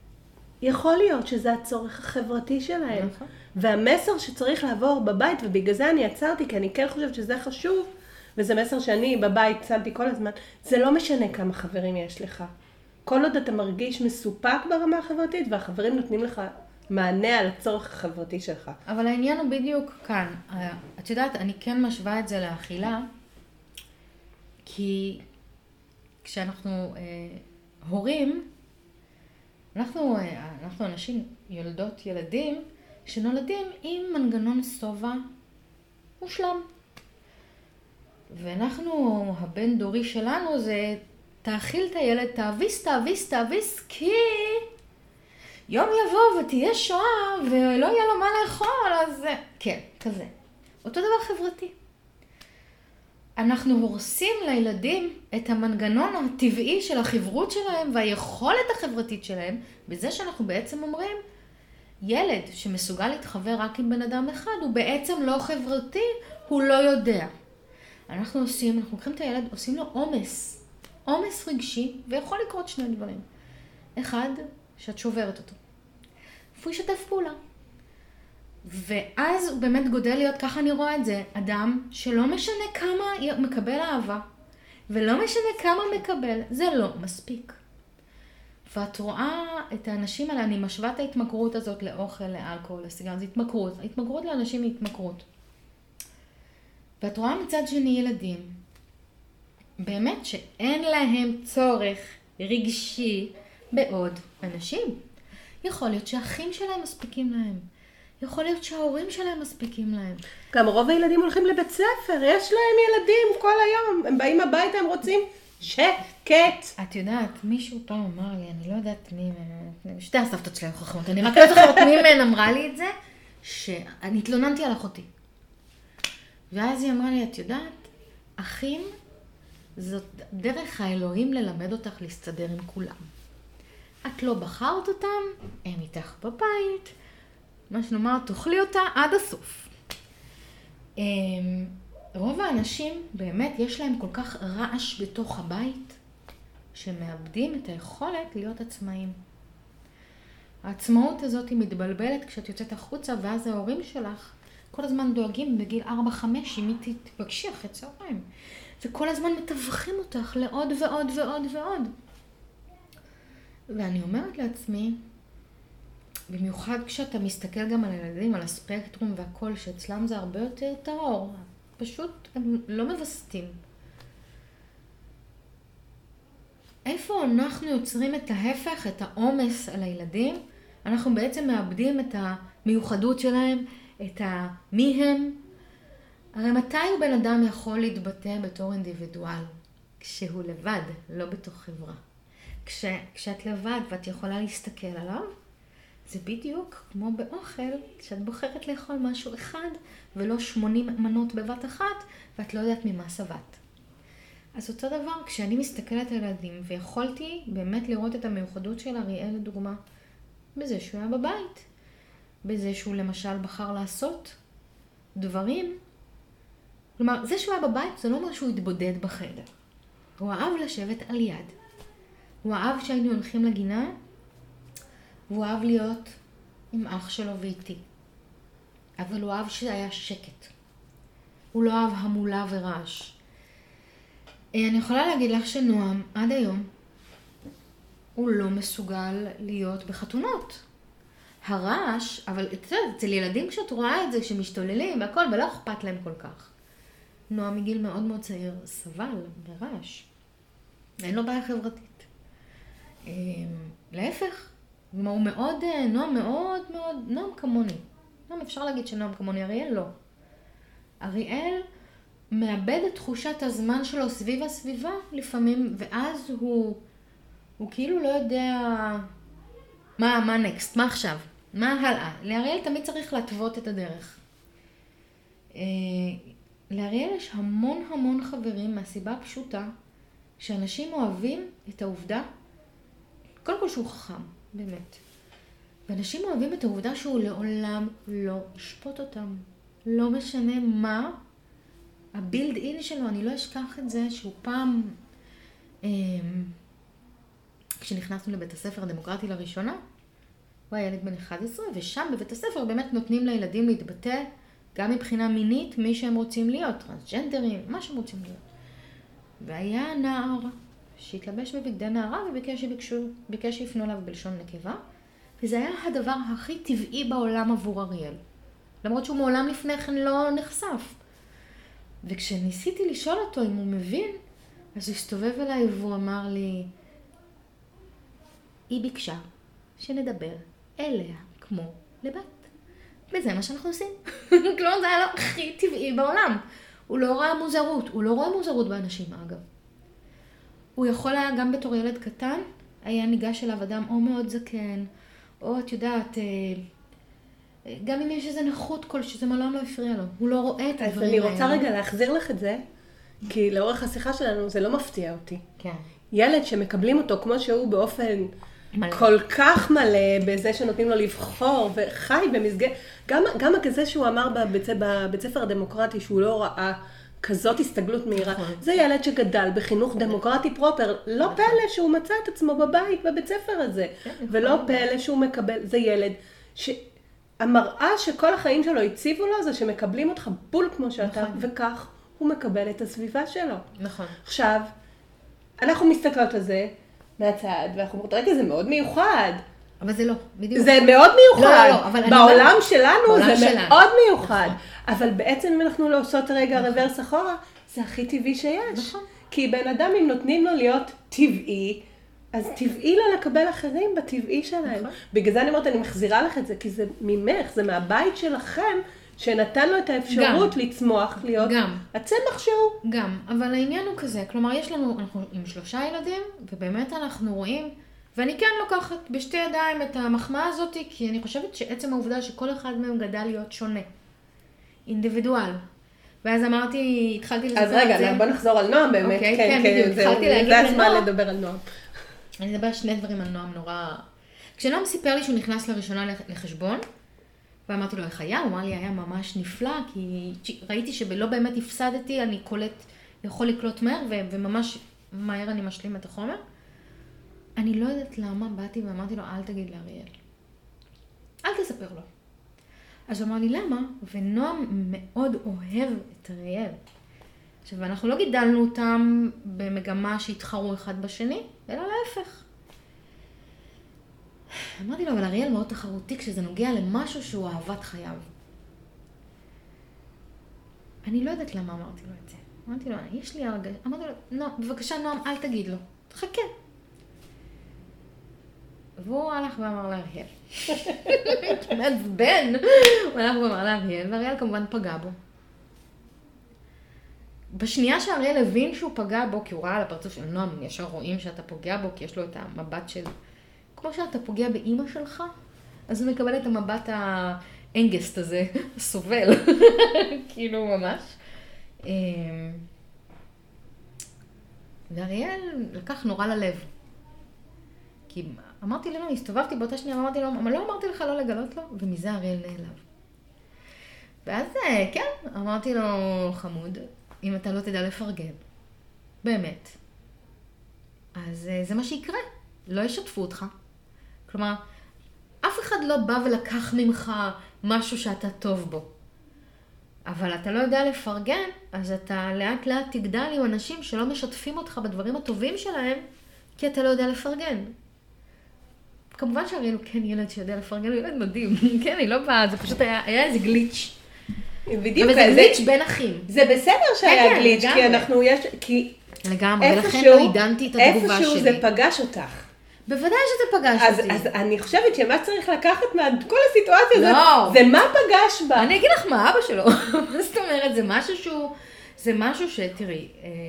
יכול להיות שזה הצורך החברתי שלהם. והמסר שצריך לעבור בבית, ובגלל זה אני עצרתי, כי אני כן חושבת שזה חשוב, וזה מסר שאני בבית שמתי כל הזמן, זה לא משנה כמה חברים יש לך. כל עוד אתה מרגיש מסופק ברמה החברתית, והחברים נותנים לך מענה על הצורך החברתי שלך. אבל העניין הוא בדיוק כאן. את יודעת, אני כן משווה את זה לאכילה, כי כשאנחנו אה, הורים, אנחנו, אה, אנחנו אנשים, יולדות ילדים, שנולדים עם מנגנון סובה מושלם. ואנחנו, הבן דורי שלנו זה, תאכיל את הילד, תאביס, תאביס, תאביס, כי יום יבוא ותהיה שואה ולא יהיה לו מה לאכול, אז כן, כזה. אותו דבר חברתי. אנחנו הורסים לילדים את המנגנון הטבעי של החברות שלהם והיכולת החברתית שלהם, בזה שאנחנו בעצם אומרים, ילד שמסוגל להתחבר רק עם בן אדם אחד, הוא בעצם לא חברתי, הוא לא יודע. אנחנו עושים, אנחנו לוקחים את הילד, עושים לו עומס, עומס רגשי, ויכול לקרות שני דברים. אחד, שאת שוברת אותו. והוא ישתף פעולה. ואז הוא באמת גודל להיות, ככה אני רואה את זה, אדם שלא משנה כמה מקבל אהבה, ולא משנה כמה מקבל, זה לא מספיק. ואת רואה את האנשים האלה, אני משווה את ההתמכרות הזאת לאוכל, לאלכוהול, לסיגר, זה התמכרות, ההתמכרות לאנשים היא התמכרות. ואת רואה מצד שני ילדים, באמת שאין להם צורך רגשי בעוד אנשים. יכול להיות שהאחים שלהם מספיקים להם. יכול להיות שההורים שלהם מספיקים להם. גם רוב הילדים הולכים לבית ספר, יש להם ילדים כל היום. הם באים הביתה, הם רוצים שקט. את יודעת, מישהו פעם אמר לי, אני לא יודעת מי, שתי הסבתות שלהם חכמות, אני רק לא זוכרת מי מהן אמרה לי את זה, שאני התלוננתי על אחותי. ואז היא אמרה לי, את יודעת, אחים, זאת דרך האלוהים ללמד אותך להסתדר עם כולם. את לא בחרת אותם, הם איתך בבית, מה שנאמר, תאכלי אותה עד הסוף. רוב האנשים, באמת, יש להם כל כך רעש בתוך הבית, שמאבדים את היכולת להיות עצמאים. העצמאות הזאת היא מתבלבלת כשאת יוצאת החוצה, ואז ההורים שלך כל הזמן דואגים בגיל ארבע חמש, אם היא תתפגשי אחרי צהריים. וכל הזמן מתווכים אותך לעוד ועוד ועוד ועוד. ואני אומרת לעצמי, במיוחד כשאתה מסתכל גם על הילדים, על הספקטרום והכל, שאצלם זה הרבה יותר טהור. פשוט הם לא מבסטים. איפה אנחנו יוצרים את ההפך, את העומס על הילדים? אנחנו בעצם מאבדים את המיוחדות שלהם, את מי הם. הרי מתי הוא בן אדם יכול להתבטא בתור אינדיבידואל? כשהוא לבד, לא בתוך חברה. כש, כשאת לבד ואת יכולה להסתכל עליו, זה בדיוק כמו באוכל, כשאת בוחרת לאכול משהו אחד, ולא שמונים מנות בבת אחת, ואת לא יודעת ממה שבעת. אז אותו דבר, כשאני מסתכלת על ילדים, ויכולתי באמת לראות את המיוחדות של אריאל לדוגמה, בזה שהוא היה בבית, בזה שהוא למשל בחר לעשות דברים. כלומר, זה שהוא היה בבית, זה לא אומר שהוא התבודד בחדר. הוא אהב לשבת על יד. הוא אהב שהיינו הולכים לגינה, והוא אהב להיות עם אח שלו ואיתי. אבל הוא אהב שהיה שקט. הוא לא אהב המולה ורעש. אני יכולה להגיד לך שנועם, עד היום, הוא לא מסוגל להיות בחתונות. הרעש, אבל אצל ילדים כשאת רואה את זה, שמשתוללים והכל, ולא אכפת להם כל כך. נועם מגיל מאוד מאוד צעיר, סבל ברעש. אין לו בעיה חברתית. להפך, הוא מאוד, נועם מאוד מאוד, נועם כמוני. נועם, אפשר להגיד שנועם כמוני, אריאל לא. אריאל מאבד את תחושת הזמן שלו סביב הסביבה לפעמים, ואז הוא, הוא כאילו לא יודע מה, מה נקסט, מה עכשיו, מה הלאה. לאריאל תמיד צריך להתוות את הדרך. לאריאל יש המון המון חברים מהסיבה הפשוטה, שאנשים אוהבים את העובדה, קודם כל שהוא חכם, באמת. ואנשים אוהבים את העובדה שהוא לעולם לא ישפוט אותם. לא משנה מה הבילד אין שלו, אני לא אשכח את זה שהוא פעם, אה, כשנכנסנו לבית הספר הדמוקרטי לראשונה, הוא היה ילד בן אחד עשרה, ושם בבית הספר באמת נותנים לילדים להתבטא, גם מבחינה מינית, מי שהם רוצים להיות, טרנסג'נדרים, מה שהם רוצים להיות. והיה נער שהתלבש בבגדי נערה וביקש שביקשו, ביקש שיפנו עליו בלשון נקבה, וזה היה הדבר הכי טבעי בעולם עבור אריאל. למרות שהוא מעולם לפני כן לא נחשף. וכשניסיתי לשאול אותו אם הוא מבין, אז הוא הסתובב אליי והוא אמר לי, היא ביקשה שנדבר אליה כמו לבת. וזה מה שאנחנו עושים. כלומר, זה היה לו הכי טבעי בעולם. הוא לא ראה מוזרות, הוא לא רואה מוזרות באנשים אגב. הוא יכול היה גם בתור ילד קטן, היה ניגש אליו אדם או מאוד זקן, או את יודעת, גם אם יש איזה נכות כלשהי, זה מעולם לא הפריע לו. הוא לא רואה את הדברים האלה. אז אני רוצה רגע להחזיר לך את זה, כי לאורך השיחה שלנו זה לא מפתיע אותי. כן. ילד שמקבלים אותו כמו שהוא באופן מלא. כל כך מלא, בזה שנותנים לו לבחור, וחי במסגרת, גם, גם כזה שהוא אמר בבית, בבית ספר הדמוקרטי, שהוא לא ראה כזאת הסתגלות מהירה. נכון. זה ילד שגדל בחינוך דמוקרטי פרופר. לא נכון. פלא שהוא מצא את עצמו בבית, בבית ספר הזה. כן, ולא נכון. פלא שהוא מקבל, זה ילד שהמראה שכל החיים שלו הציבו לו, זה שמקבלים אותך בול כמו שאתה, נכון. וכך הוא מקבל את הסביבה שלו. נכון. עכשיו, אנחנו מסתכלות על זה מהצד, ואנחנו אומרות, רגע, זה מאוד מיוחד. אבל זה לא, בדיוק. זה מאוד מיוחד. לא, לא, לא, אבל אני בעולם אומרת- שלנו בעולם זה שלנו. מאוד מיוחד. נכון. אבל בעצם אם אנחנו לא עושות רגע נכון. רוורס אחורה, זה הכי טבעי שיש. נכון. כי בן אדם, אם נותנים לו להיות טבעי, אז טבעי לו לקבל אחרים בטבעי שלהם. נכון. בגלל זה אני אומרת, אני מחזירה לך את זה, כי זה ממך, זה מהבית שלכם, שנתן לו את האפשרות גם. לצמוח, להיות גם. הצמח שהוא. גם, אבל העניין הוא כזה, כלומר יש לנו, אנחנו עם שלושה ילדים, ובאמת אנחנו רואים, ואני כן לוקחת בשתי ידיים את המחמאה הזאת, כי אני חושבת שעצם העובדה שכל אחד מהם גדל להיות שונה, אינדיבידואל. ואז אמרתי, התחלתי לספר אז את זה. רגע, בוא נחזור על נועם באמת. אוקיי, כן, בדיוק, זה- התחלתי להגיד זה הזמן לנועם. לדבר על נועם. אני אדבר שני דברים על נועם נורא... כשנועם סיפר לי שהוא נכנס לראשונה לחשבון, ואמרתי לו איך היה, הוא אמר לי היה ממש נפלא, כי ראיתי שלא באמת הפסדתי, אני קולט, יכול לקלוט מהר, ו- וממש מהר אני משלים את החומר. אני לא יודעת למה באתי ואמרתי לו, אל תגיד לאריאל. אל תספר לו. אז הוא אמר לי, למה? ונועם מאוד אוהב את אריאל. עכשיו, אנחנו לא גידלנו אותם במגמה שהתחרו אחד בשני, אלא להפך. אמרתי לו, אבל אריאל מאוד תחרותי כשזה נוגע למשהו שהוא אהבת חייו. אני לא יודעת למה אמרתי לו את זה. אמרתי לו, יש לי הרגע. אמרתי לו, לא, בבקשה נועם, אל תגיד לו. תחכה. והוא הלך ואמר לאריאל. מעצבן. הוא הלך ואמר לאריאל, ואריאל כמובן פגע בו. בשנייה שאריאל הבין שהוא פגע בו, כי הוא ראה על הפרצוף של נועם, ישר רואים שאתה פוגע בו, כי יש לו את המבט של... כמו שאתה פוגע באמא שלך, אז הוא מקבל את המבט האנגסט הזה, סובל. כאילו ממש. ואריאל לקח נורא ללב. כי אמרתי לו, הסתובבתי באותה שנייה, אמרתי לו, אבל לא אמרתי לך לא לגלות לו, ומזה אריאל נעלב. ואז כן, אמרתי לו, חמוד, אם אתה לא תדע לפרגן, באמת, אז זה מה שיקרה, לא ישתפו אותך. כלומר, אף אחד לא בא ולקח ממך משהו שאתה טוב בו. אבל אתה לא יודע לפרגן, אז אתה לאט לאט תגדל עם אנשים שלא משתפים אותך בדברים הטובים שלהם, כי אתה לא יודע לפרגן. כמובן שהראינו, כן, ילד שיודע לפרגן, הוא ילד מדהים. כן, אני לא באה, זה פשוט היה, היה איזה גליץ'. בדיוק. אבל זה גליץ' בין אחים. זה בסדר שהיה כן, גליץ', כי אנחנו יש, כי... לגמרי, ולכן לא עידנתי את התגובה שלי. איפשהו זה פגש אותך. בוודאי שזה פגש אז, אותי. אז אני חושבת שמה צריך לקחת מכל הסיטואציה לא. הזאת, זה מה פגש בה. אני אגיד לך מה אבא שלו. מה זאת אומרת, זה משהו שהוא, זה משהו שתראי,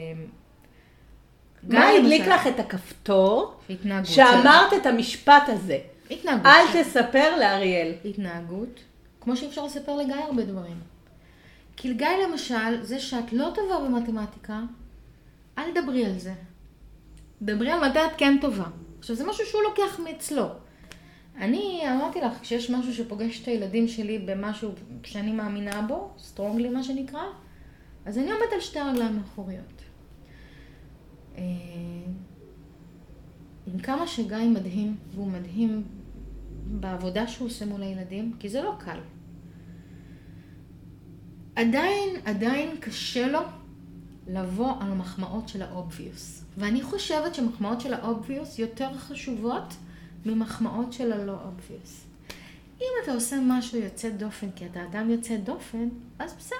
מה הדליק לך את הכפתור, שאמרת את המשפט הזה? התנהגות. אל תספר לאריאל. התנהגות, כמו שאי אפשר לספר לגיא הרבה דברים. כי לגיא למשל, זה שאת לא טובה במתמטיקה, אל דברי על זה. דברי על מתי את כן טובה. עכשיו, זה משהו שהוא לוקח מאצלו. אני אמרתי לך, כשיש משהו שפוגש את הילדים שלי במשהו שאני מאמינה בו, סטרונגלי מה שנקרא, אז אני עומדת על שתי רגליים אחוריות. עם כמה שגיא מדהים, והוא מדהים בעבודה שהוא עושה מול הילדים, כי זה לא קל. עדיין, עדיין קשה לו לבוא על מחמאות של האובוויוס. ואני חושבת שמחמאות של האובוויוס יותר חשובות ממחמאות של הלא אובוויוס. אם אתה עושה משהו יוצא דופן, כי אתה אדם יוצא דופן, אז בסדר.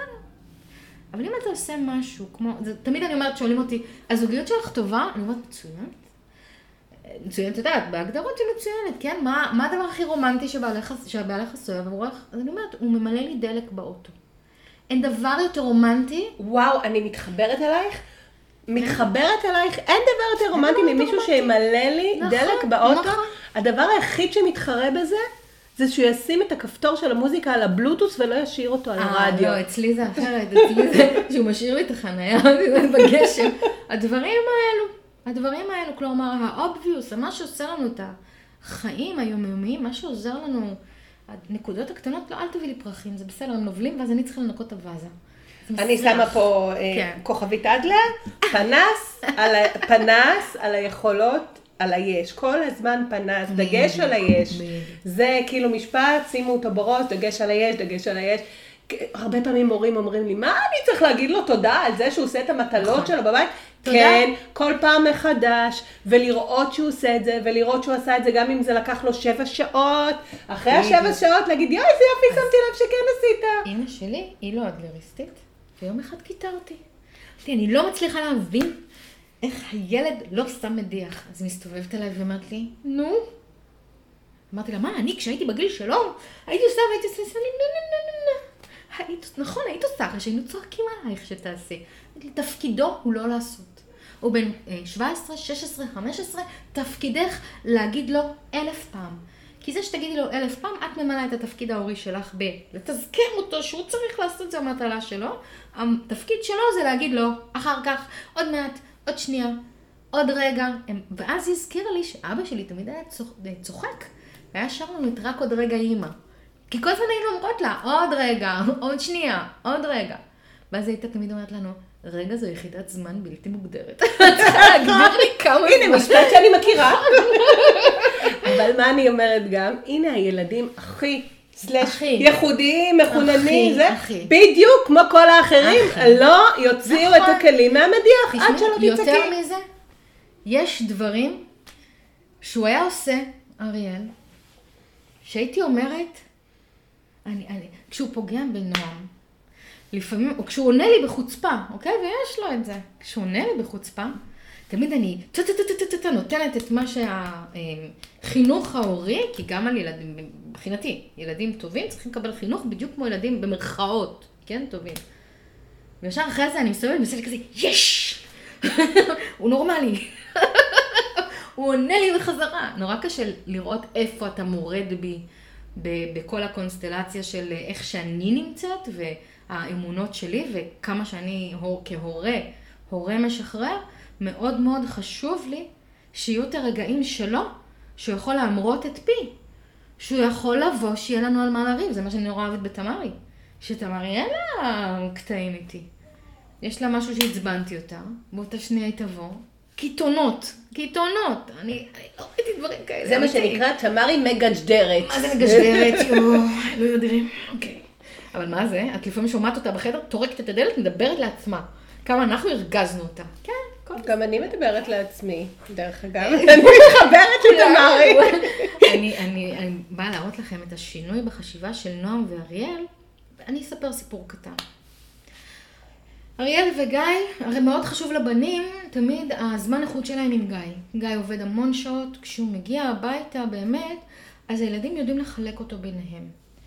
אבל אם אתה עושה משהו כמו, זה, תמיד אני אומרת, שואלים אותי, הזוגיות שלך טובה? אני אומרת, מצוינת. מצוינת, את יודעת, בהגדרות היא מצוינת, כן? מה, מה הדבר הכי רומנטי שהבעלך עשוי עבורך? אז אני אומרת, הוא ממלא לי דלק באוטו. אין דבר יותר רומנטי. וואו, אני מתחברת אלייך. מתחברת אלייך, אין דבר יותר רומנטי ממישהו שימלא לי דלק באוטו. הדבר היחיד שמתחרה בזה, זה שהוא ישים את הכפתור של המוזיקה על הבלוטוס ולא ישאיר אותו על הרדיו. לא, אצלי זה אחרת, אצלי זה שהוא משאיר לי את החניה בגשם. הדברים האלו, הדברים האלו, כלומר, האובוויוס, מה שעושה לנו את החיים היומיומיים, מה שעוזר לנו, הנקודות הקטנות, לא, אל תביא לי פרחים, זה בסדר, הם נובלים, ואז אני צריכה לנקות את הוואזה. אני שמה פה כוכבית אדלה, פנס, פנס על היכולות, על היש, כל הזמן פנס, דגש על היש. זה כאילו משפט, שימו אותו בראש, דגש על היש, דגש על היש. הרבה פעמים מורים אומרים לי, מה אני צריך להגיד לו תודה על זה שהוא עושה את המטלות שלו בבית? כן, כל פעם מחדש, ולראות שהוא עושה את זה, ולראות שהוא עשה את זה, גם אם זה לקח לו שבע שעות, אחרי השבע שעות להגיד, יואי, איזה יופי, שמתי לב שכן עשית. אמא שלי, היא לא אדלריסטית, ויום אחד קיטה אותי. אני לא מצליחה להבין איך הילד לא שם מדיח. אז היא מסתובבת אליי ואומרת לי, נו? אמרתי לה, מה, אני כשהייתי בגיל שלו, הייתי עושה והייתי עושה, עושה לי, נו, נו, נו, נו. נכון, היית עושה, אחרי שהיינו צועקים עלייך שתעשי. תפקידו הוא לא לעשות. הוא בין שבע עשרה, שש עשרה, חמש עשרה, תפקידך להגיד לו אלף פעם. כי זה שתגידי לו אלף פעם, את ממלאה את התפקיד ההורי שלך ב... לתזכר אותו שהוא צריך לעשות זה המטלה שלו. התפקיד שלו זה להגיד לו, אחר כך, עוד מעט, עוד שנייה, עוד רגע. ואז היא הזכירה לי שאבא שלי תמיד היה צוחק. והיה שר לנו את רק עוד רגע אימא. כי כל הזמן היינו אומרות לה, עוד רגע, עוד שנייה, עוד רגע. ואז הייתה תמיד אומרת לנו, רגע זו יחידת זמן בלתי מוגדרת. את צריכה להגדיר לי כמה זמן. הנה, משפט שאני מכירה. אבל מה אני אומרת גם? הנה הילדים הכי סלש ייחודיים, מחוננים, זה בדיוק כמו כל האחרים, לא יוציאו את הכלים מהמדיח עד שלא תצעקי. יותר מזה, יש דברים שהוא היה עושה, אריאל, שהייתי אומרת, אני, אני, כשהוא פוגע בנועם, לפעמים, או כשהוא עונה לי בחוצפה, אוקיי? ויש לו את זה. כשהוא עונה לי בחוצפה, תמיד אני נותנת את מה שהחינוך ההורי, כי גם על ילדים, מבחינתי, ילדים טובים צריכים לקבל חינוך בדיוק כמו ילדים במרכאות, כן? טובים. וישר אחרי זה אני מסתובבת ועושה לי כזה, יש! הוא נורמלי. הוא עונה לי בחזרה. נורא קשה לראות איפה אתה מורד בי בכל הקונסטלציה של איך שאני נמצאת והאמונות שלי וכמה שאני כהורה, הורה משחרר. מאוד מאוד חשוב לי שיהיו את הרגעים שלו, שהוא יכול להמרות את פי, שהוא יכול לבוא, שיהיה לנו על מה לריב. זה מה שאני נורא אוהבת בתמרי. שתמרי אין לה קטעים איתי. יש לה משהו שהצבנתי אותה, באותה שנייה היא תבוא. קיתונות, קיתונות. אני, אני לא ראיתי דברים כאלה. זה מה שנקרא תמרי מגג'דרת. מה זה מגג'דרת? יואו, לא יודעים. אוקיי. אבל מה זה? את לפעמים שומעת אותה בחדר, תורקת את הדלת, מדברת לעצמה. כמה אנחנו הרגזנו אותה. כן. גם אני מדברת לעצמי, דרך אגב. אני מחברת את תמרי. אני באה להראות לכם את השינוי בחשיבה של נועם ואריאל, ואני אספר סיפור קטן. אריאל וגיא, הרי מאוד חשוב לבנים, תמיד הזמן איכות שלהם עם גיא. גיא עובד המון שעות, כשהוא מגיע הביתה באמת, אז הילדים יודעים לחלק אותו ביניהם.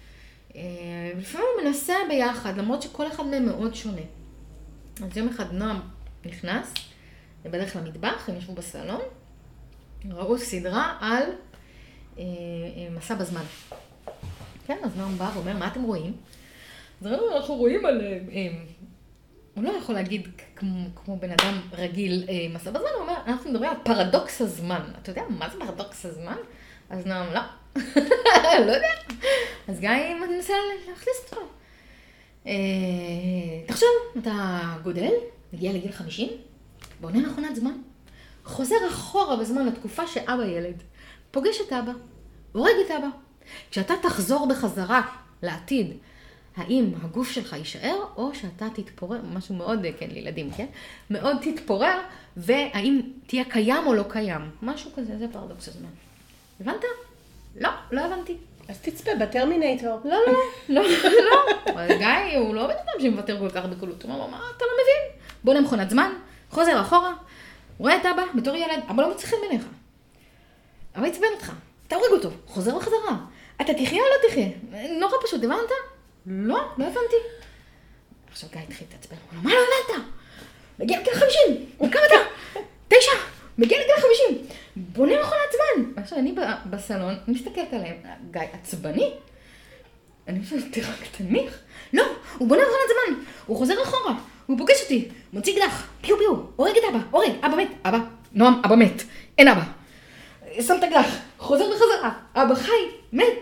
ולפעמים הוא מנסה ביחד, למרות שכל אחד מהם מאוד שונה. אז יום אחד נועם נכנס, בדרך למטבח, הם ישבו בסלון, ראו סדרה על אה, מסע בזמן. כן, אז נועם בא ואומר, מה אתם רואים? אז ראינו, אנחנו רואים על... אה, אה, הוא לא יכול להגיד כמו, כמו בן אדם רגיל אה, מסע בזמן, הוא אומר, אנחנו מדברים על פרדוקס הזמן. אתה יודע מה זה פרדוקס הזמן? אז נועם, לא. לא יודע. אז גיא מנסה להכניס אותו. אה, תחשוב, אתה גודל, מגיע לגיל חמישים, בונה מכונת זמן, חוזר אחורה בזמן לתקופה שאבא ילד, פוגש את אבא, הורג את אבא. כשאתה תחזור בחזרה לעתיד, האם הגוף שלך יישאר, או שאתה תתפורר, משהו מאוד, כן, לילדים, כן? מאוד תתפורר, והאם תהיה קיים או לא קיים. משהו כזה, זה פרדוקס הזמן. הבנת? לא, לא הבנתי. אז תצפה בטרמינטור. לא, לא, לא, לא. גיא הוא לא בן אדם שמוותר כל כך בקלות. הוא אומר לו, מה, אתה לא מבין? בוא למכונת זמן, חוזר אחורה, רואה את אבא בתור ילד, אבא לא מצליחים ביניך. אבא יצבן אותך, תהורג אותו, חוזר בחזרה. אתה תחיה או לא תחיה? נורא פשוט, הבנת? לא, לא הבנתי. עכשיו גיא התחיל להתעצבן, הוא אומר, מה לא הבנת? מגיע לגיל חמישים, כמה אתה? תשע, מגיע לגיל חמישים, בונה מכונת זמן. עכשיו אני בסלון, מסתכלת עליהם, גיא עצבני. אני חושבת, תראה, תנמיך. לא, הוא בונה מכונת זמן, הוא חוזר אחורה, הוא פוגש אותי, מוציא גלח, פיו פיו, הורג את אבא, הורג, אבא מת, אבא, נועם, אבא מת, אין אבא. שם את הגלח, חוזר בחזרה, אבא חי, מת.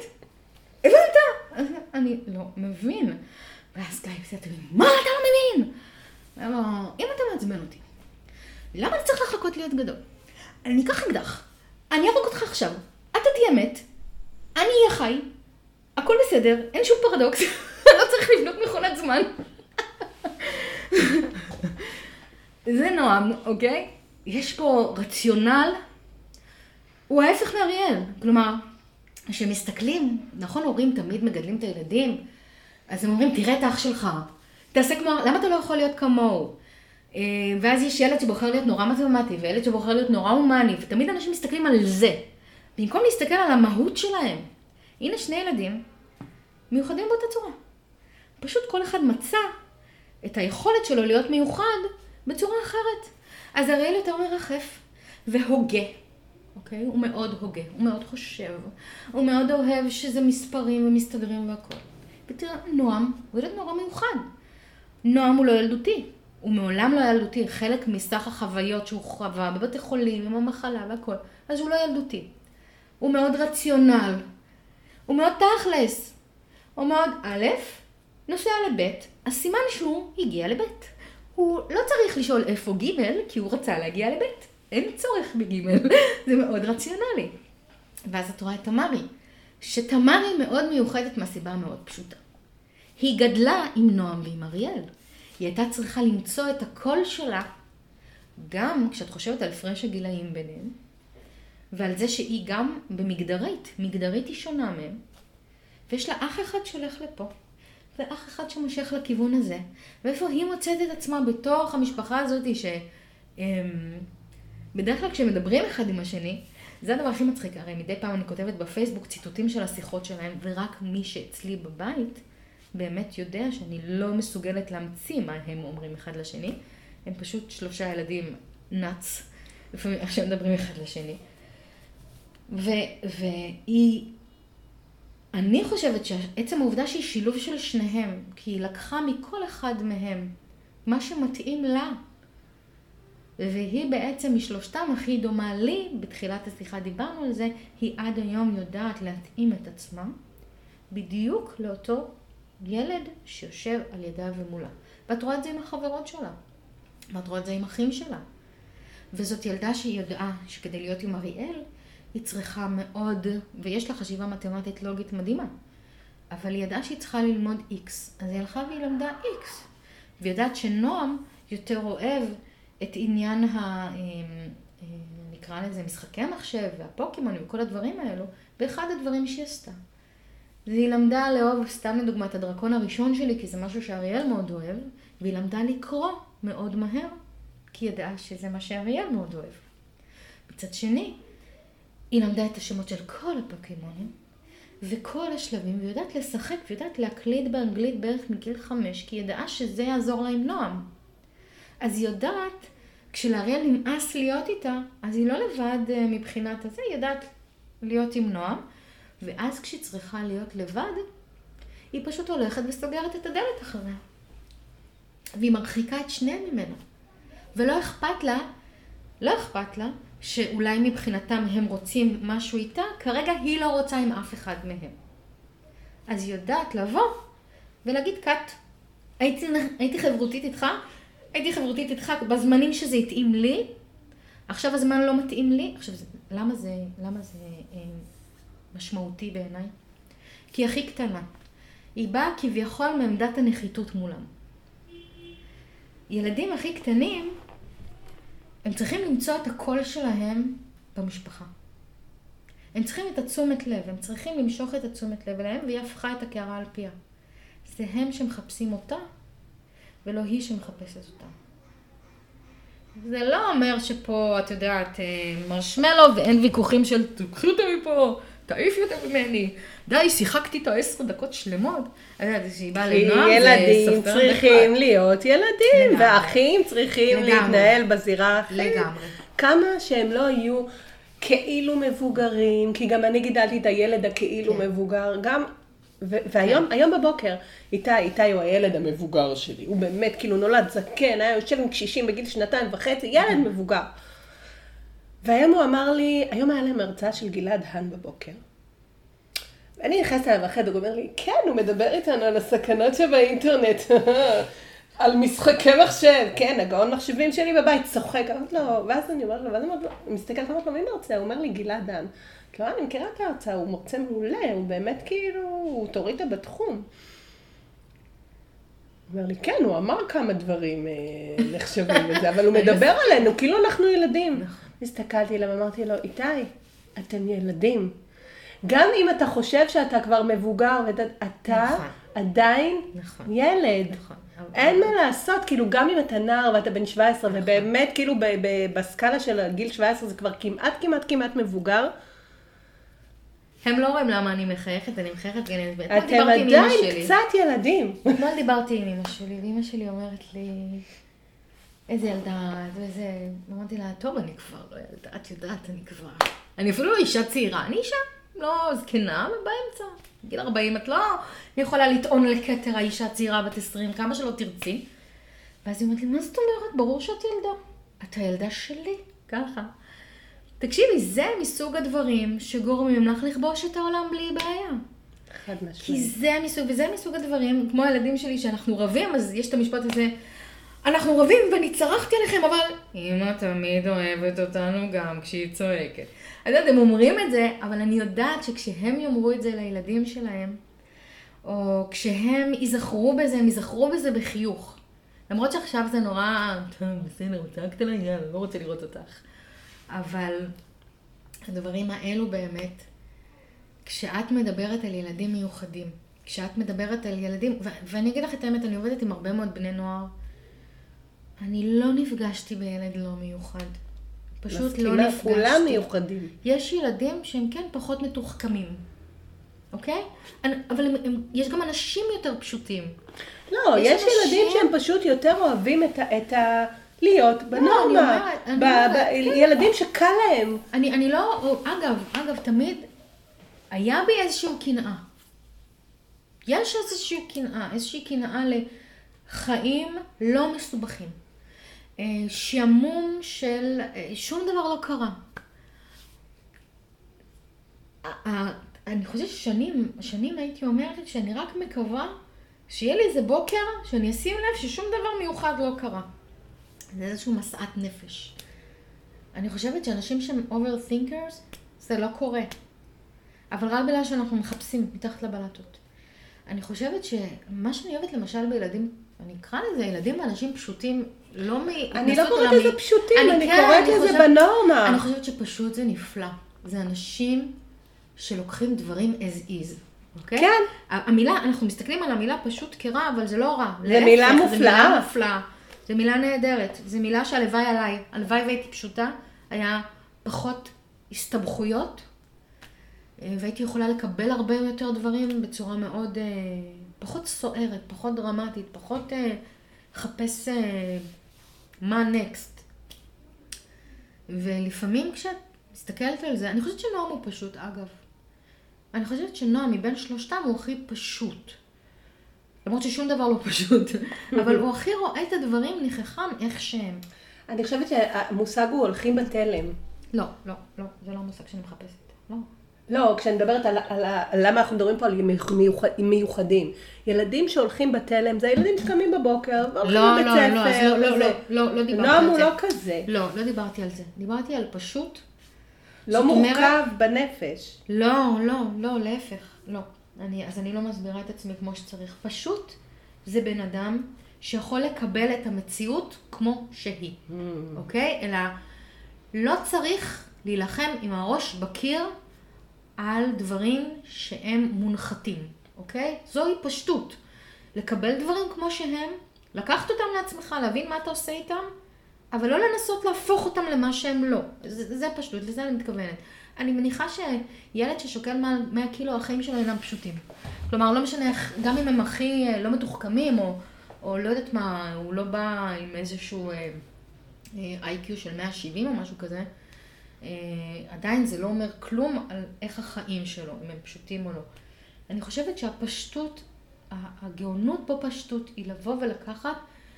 הבנת? אני לא מבין. ואז גיא הפסיע, מה אתה לא מבין? אמר, אם אתה מעצבן אותי, למה אתה צריך לחכות להיות גדול? אני אקח אקדח, אני ארוג אותך עכשיו, אתה תהיה מת, אני אהיה חי, הכל בסדר, אין שום פרדוקס, לא צריך לבנות מכונת זמן. זה נועם, אוקיי? יש פה רציונל, הוא ההפך מאריאל. כלומר, כשמסתכלים, נכון, הורים תמיד מגדלים את הילדים, אז הם אומרים, תראה את האח שלך, תעשה כמו, למה אתה לא יכול להיות כמוהו? ואז יש ילד שבוחר להיות נורא מתמטי, וילד שבוחר להיות נורא הומני, ותמיד אנשים מסתכלים על זה, במקום להסתכל על המהות שלהם. הנה שני ילדים מיוחדים באותה צורה. פשוט כל אחד מצא את היכולת שלו להיות מיוחד בצורה אחרת. אז אריאל יותר מרחף והוגה. אוקיי? הוא מאוד הוגה, הוא מאוד חושב, הוא מאוד אוהב שזה מספרים ומסתדרים והכל. ותראה, נועם הוא ילד נורא מיוחד. נועם הוא לא ילדותי. הוא מעולם לא ילדותי, חלק מסך החוויות שהוא חווה בבתי חולים, עם המחלה והכל. אז הוא לא ילדותי. הוא מאוד רציונל. הוא מאוד תכלס. הוא מאוד א', נוסע לבית, הסימן שהוא הגיע לבית. הוא לא צריך לשאול איפה ג' כי הוא רצה להגיע לבית. אין צורך בג' זה מאוד רציונלי. ואז את רואה את תמרי, שתמרי מאוד מיוחדת מהסיבה מאוד פשוטה. היא גדלה עם נועם ועם אריאל. היא הייתה צריכה למצוא את הקול שלה, גם כשאת חושבת על הפרש הגילאים ביניהם, ועל זה שהיא גם במגדרית, מגדרית היא שונה מהם, ויש לה אח אחד שהולך לפה, ואח אחד שמושך לכיוון הזה, ואיפה היא מוצאת את עצמה בתוך המשפחה הזאת, שבדרך כלל כשמדברים אחד עם השני, זה הדבר הכי מצחיק, הרי מדי פעם אני כותבת בפייסבוק ציטוטים של השיחות שלהם, ורק מי שאצלי בבית באמת יודע שאני לא מסוגלת להמציא מה הם אומרים אחד לשני, הם פשוט שלושה ילדים נאץ, לפעמים עכשיו מדברים אחד לשני. ו- והיא, אני חושבת שעצם העובדה שהיא שילוב של שניהם, כי היא לקחה מכל אחד מהם מה שמתאים לה, והיא בעצם משלושתם הכי דומה לי, בתחילת השיחה דיברנו על זה, היא עד היום יודעת להתאים את עצמה, בדיוק לאותו ילד שיושב על ידה ומולה. ואת רואה את זה עם החברות שלה, ואת רואה את זה עם אחים שלה. וזאת ילדה שהיא יודעה שכדי להיות עם אריאל, היא צריכה מאוד, ויש לה חשיבה מתמטית לוגית מדהימה, אבל היא ידעה שהיא צריכה ללמוד X, אז היא הלכה והיא למדה X. והיא יודעת שנועם יותר אוהב את עניין ה... נקרא לזה משחקי מחשב והפוקימון וכל הדברים האלו, באחד הדברים שהיא עשתה. והיא למדה לאהוב, סתם לדוגמה, את הדרקון הראשון שלי, כי זה משהו שאריאל מאוד אוהב, והיא למדה לקרוא מאוד מהר, כי היא ידעה שזה מה שאריאל מאוד אוהב. מצד שני, היא למדה את השמות של כל הפוקימונים, וכל השלבים, והיא יודעת לשחק, והיא יודעת להקליד באנגלית בערך מגיל חמש, כי היא ידעה שזה יעזור לה עם נועם. אז היא יודעת, כשלאריאל נמאס להיות איתה, אז היא לא לבד מבחינת הזה, היא יודעת להיות עם נועם, ואז כשהיא צריכה להיות לבד, היא פשוט הולכת וסוגרת את הדלת אחריה. והיא מרחיקה את שניהם ממנו. ולא אכפת לה, לא אכפת לה, שאולי מבחינתם הם רוצים משהו איתה, כרגע היא לא רוצה עם אף אחד מהם. אז היא יודעת לבוא ולהגיד, קט, הייתי, הייתי חברותית איתך, הייתי חברותית איתך בזמנים שזה התאים לי, עכשיו הזמן לא מתאים לי. עכשיו, למה זה, למה זה אה, משמעותי בעיניי? כי היא הכי קטנה. היא באה כביכול מעמדת הנחיתות מולם. ילדים הכי קטנים, הם צריכים למצוא את הקול שלהם במשפחה. הם צריכים את התשומת לב, הם צריכים למשוך את התשומת לב אליהם, והיא הפכה את הקערה על פיה. זה הם שמחפשים אותה, ולא היא שמחפשת אותה. זה לא אומר שפה, את יודעת, מרשמלו ואין ויכוחים של תקחי אותה מפה, תעיפי אותה ממני. די, שיחקתי את העשר דקות שלמות. אני יודעת, שהיא באה לנועם, זה ילדים צריכים להיות ילדים, ואחים צריכים להתנהל בזירה אחרת. לגמרי. כמה שהם לא יהיו כאילו מבוגרים, כי גם אני גידלתי את הילד הכאילו מבוגר, גם... והיום, היום בבוקר, איתי, איתי הוא הילד המבוגר שלי. הוא באמת כאילו נולד זקן, היה יושב עם קשישים בגיל שנתיים וחצי, ילד מבוגר. והיום הוא אמר לי, היום היה להם הרצאה של גלעד האן בבוקר. ואני נכנסת אליו החדר, הוא אומר לי, כן, הוא מדבר איתנו על הסכנות שבאינטרנט, על משחקי מחשב, כן, הגאון מחשבים שלי בבית, צוחק, אמרת לו, ואז אני אומרת לו, ואז אני מסתכלת, אמרת לו, מי מרצה? הוא אומר לי, גלעד האן. לא, אני מכירה את ההרצאה, הוא מרצה מעולה, הוא באמת כאילו, הוא תורידה בתחום. הוא אומר לי, כן, הוא אמר כמה דברים נחשבים בזה, אבל הוא מדבר עלינו, כאילו אנחנו ילדים. הסתכלתי אליו, אמרתי לו, איתי, אתם ילדים. גם אם אתה חושב שאתה כבר מבוגר, ואתה עדיין ילד. אין מה לעשות, כאילו גם אם אתה נער ואתה בן שבע עשרה, ובאמת כאילו בסקאלה של גיל שבע עשרה זה כבר כמעט כמעט כמעט מבוגר, הם לא רואים למה אני מחייכת, אני מחייכת גננת. אתם עדיין קצת ילדים. אתמול דיברתי עם אמא שלי, ואמא שלי אומרת לי, איזה ילדה, ואיזה... אמרתי לה, טוב, אני כבר לא ילדה, את יודעת, אני כבר... אני אפילו לא אישה צעירה, אני אישה, לא זקנה, באמצע. בגיל ארבעים, את לא יכולה לטעון לכתר האישה צעירה בת עשרים, כמה שלא תרצי. ואז היא אומרת לי, מה זאת אומרת? ברור שאת ילדה. את הילדה שלי, ככה. תקשיבי, זה מסוג הדברים שגורמים לך לכבוש את העולם בלי בעיה. חד משמעית. כי זה מסוג, וזה מסוג הדברים, כמו הילדים שלי שאנחנו רבים, אז יש את המשפט הזה, אנחנו רבים ואני צרחתי עליכם, אבל אמא תמיד אוהבת אותנו גם כשהיא צועקת. אז הם אומרים את זה, אבל אני יודעת שכשהם יאמרו את זה לילדים שלהם, או כשהם ייזכרו בזה, הם ייזכרו בזה בחיוך. למרות שעכשיו זה נורא, טוב, בסדר, צעקת לה, יאללה, לא רוצה לראות אותך. אבל הדברים האלו באמת, כשאת מדברת על ילדים מיוחדים, כשאת מדברת על ילדים, ו- ואני אגיד לך את האמת, אני עובדת עם הרבה מאוד בני נוער, אני לא נפגשתי בילד לא מיוחד. פשוט לא נפגשתי. כולם מיוחדים. יש ילדים שהם כן פחות מתוחכמים, אוקיי? אבל הם, הם, יש גם אנשים יותר פשוטים. לא, יש, יש ילדים אנשים... שהם פשוט יותר אוהבים את ה... את ה... להיות בנורמה, ילדים שקל להם. אני, אני לא, אגב, אגב, תמיד היה בי איזשהו קנאה. יש איזושהי קנאה, איזושהי קנאה לחיים לא מסובכים. שעמום של שום דבר לא קרה. אני חושבת ששנים, שנים הייתי אומרת שאני רק מקווה שיהיה לי איזה בוקר שאני אשים לב ששום דבר מיוחד לא קרה. זה איזשהו מסעת נפש. אני חושבת שאנשים שהם overthinkers, זה לא קורה. אבל רק בגלל שאנחנו מחפשים מתחת לבלטות. אני חושבת שמה שאני אוהבת למשל בילדים, אני אקרא לזה ילדים ואנשים פשוטים, לא מ... אני לא קוראת לזה פשוטים, אני קוראת לזה בנורמה. אני חושבת שפשוט זה נפלא. זה אנשים שלוקחים דברים as is. אוקיי? כן. המילה, אנחנו מסתכלים על המילה פשוט כרע, אבל זה לא רע. זה מילה מופלאה. זה מילה מופלאה. זה מילה נהדרת. זה מילה שהלוואי עליי. הלוואי והייתי פשוטה. היה פחות הסתבכויות. והייתי יכולה לקבל הרבה יותר דברים בצורה מאוד, פחות סוערת, פחות דרמטית, פחות חפש מה נקסט. ולפעמים כשאת מסתכלת על זה, אני חושבת שנועם הוא פשוט, אגב. אני חושבת שנועם מבין שלושתם הוא הכי פשוט. למרות ששום דבר לא פשוט. אבל הוא הכי רואה את הדברים נכחם איך שהם. אני חושבת שהמושג הוא הולכים בתלם. לא, לא, לא. זה לא המושג שאני מחפשת. לא. לא, כשאני מדברת על, על, על למה אנחנו מדברים פה על מיוחד, מיוחדים. ילדים שהולכים בתלם, זה ילדים שקמים בבוקר, והולכים לא, לבית לא, ספר. לא, לא, לא, לא, לא דיברתי נועם על הוא זה. לא כזה. לא, לא דיברתי על זה. דיברתי על פשוט. לא מורכב אומרת, בנפש. לא, לא, לא, להפך. לא. אני, אז אני לא מסבירה את עצמי כמו שצריך. פשוט זה בן אדם שיכול לקבל את המציאות כמו שהיא. Mm. אוקיי? אלא לא צריך להילחם עם הראש בקיר על דברים שהם מונחתים, אוקיי? זוהי פשטות. לקבל דברים כמו שהם, לקחת אותם לעצמך, להבין מה אתה עושה איתם, אבל לא לנסות להפוך אותם למה שהם לא. זה, זה פשטות, לזה אני מתכוונת. אני מניחה שילד ששוקל מאה קילו, החיים שלו אינם פשוטים. כלומר, לא משנה, גם אם הם הכי לא מתוחכמים, או, או לא יודעת מה, הוא לא בא עם איזשהו איי קיו של מאה שבעים או משהו כזה, Uh, עדיין זה לא אומר כלום על איך החיים שלו, אם הם פשוטים או לא. אני חושבת שהפשטות, הגאונות בפשטות היא לבוא ולקחת,